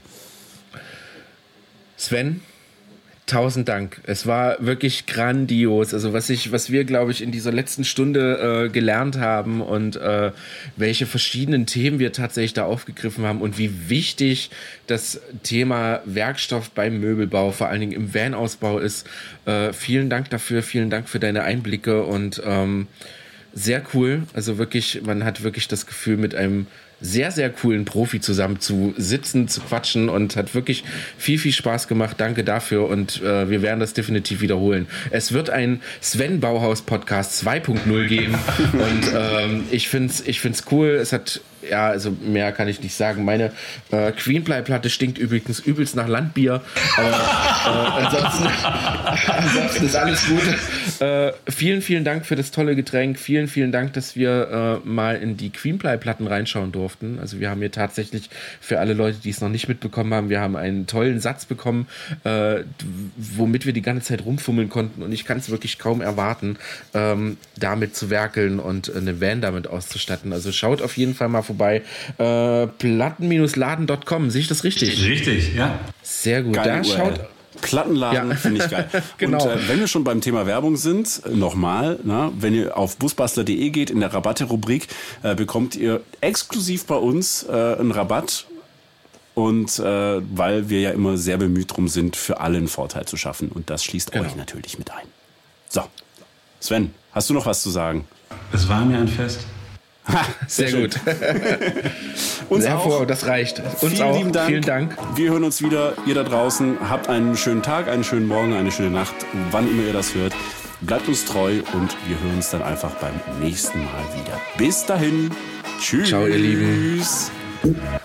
Sven, 1000 Dank. Es war wirklich grandios. Also was wir, glaube ich, in dieser letzten Stunde gelernt haben und welche verschiedenen Themen wir tatsächlich da aufgegriffen haben und wie wichtig das Thema Werkstoff beim Möbelbau, vor allen Dingen im Van-Ausbau ist. Vielen Dank dafür. Vielen Dank für deine Einblicke und sehr cool. Also wirklich, man hat wirklich das Gefühl, mit einem sehr, sehr coolen Profi zusammen zu sitzen, zu quatschen und hat wirklich viel, viel Spaß gemacht. Danke dafür und wir werden das definitiv wiederholen. Es wird ein Sven Bauhaus Podcast 2.0 geben und ich find's cool. Es hat, ja, also mehr kann ich nicht sagen. Meine Queenply-Platte stinkt übrigens übelst nach Landbier. Ansonsten ist alles gut. Vielen, vielen Dank für das tolle Getränk. Vielen, vielen Dank, dass wir mal in die Queenply-Platten reinschauen durften. Also wir haben hier tatsächlich, für alle Leute, die es noch nicht mitbekommen haben, wir haben einen tollen Satz bekommen, womit wir die ganze Zeit rumfummeln konnten und ich kann es wirklich kaum erwarten, damit zu werkeln und eine Van damit auszustatten. Also schaut auf jeden Fall mal vorbei. Platten-laden.com, sehe ich das richtig? Richtig, ja. Sehr gut. Geile Da schaut... Plattenladen, ja. Finde ich geil. Genau. Und wenn wir schon beim Thema Werbung sind, nochmal, wenn ihr auf busbastler.de geht, in der Rabatte-Rubrik, bekommt ihr exklusiv bei uns einen Rabatt. Und weil wir ja immer sehr bemüht drum sind, für alle einen Vorteil zu schaffen. Und das schließt euch natürlich mit ein. So, Sven, hast du noch was zu sagen? Es war mir ein Fest. Ha, sehr gut. Uns auch. auch. Das reicht. Uns vielen auch. Lieben Dank. Vielen Dank. Wir hören uns wieder. Ihr da draußen habt einen schönen Tag, einen schönen Morgen, eine schöne Nacht, wann immer ihr das hört. Bleibt uns treu und wir hören uns dann einfach beim nächsten Mal wieder. Bis dahin. Tschüss. Ciao, ihr Lieben.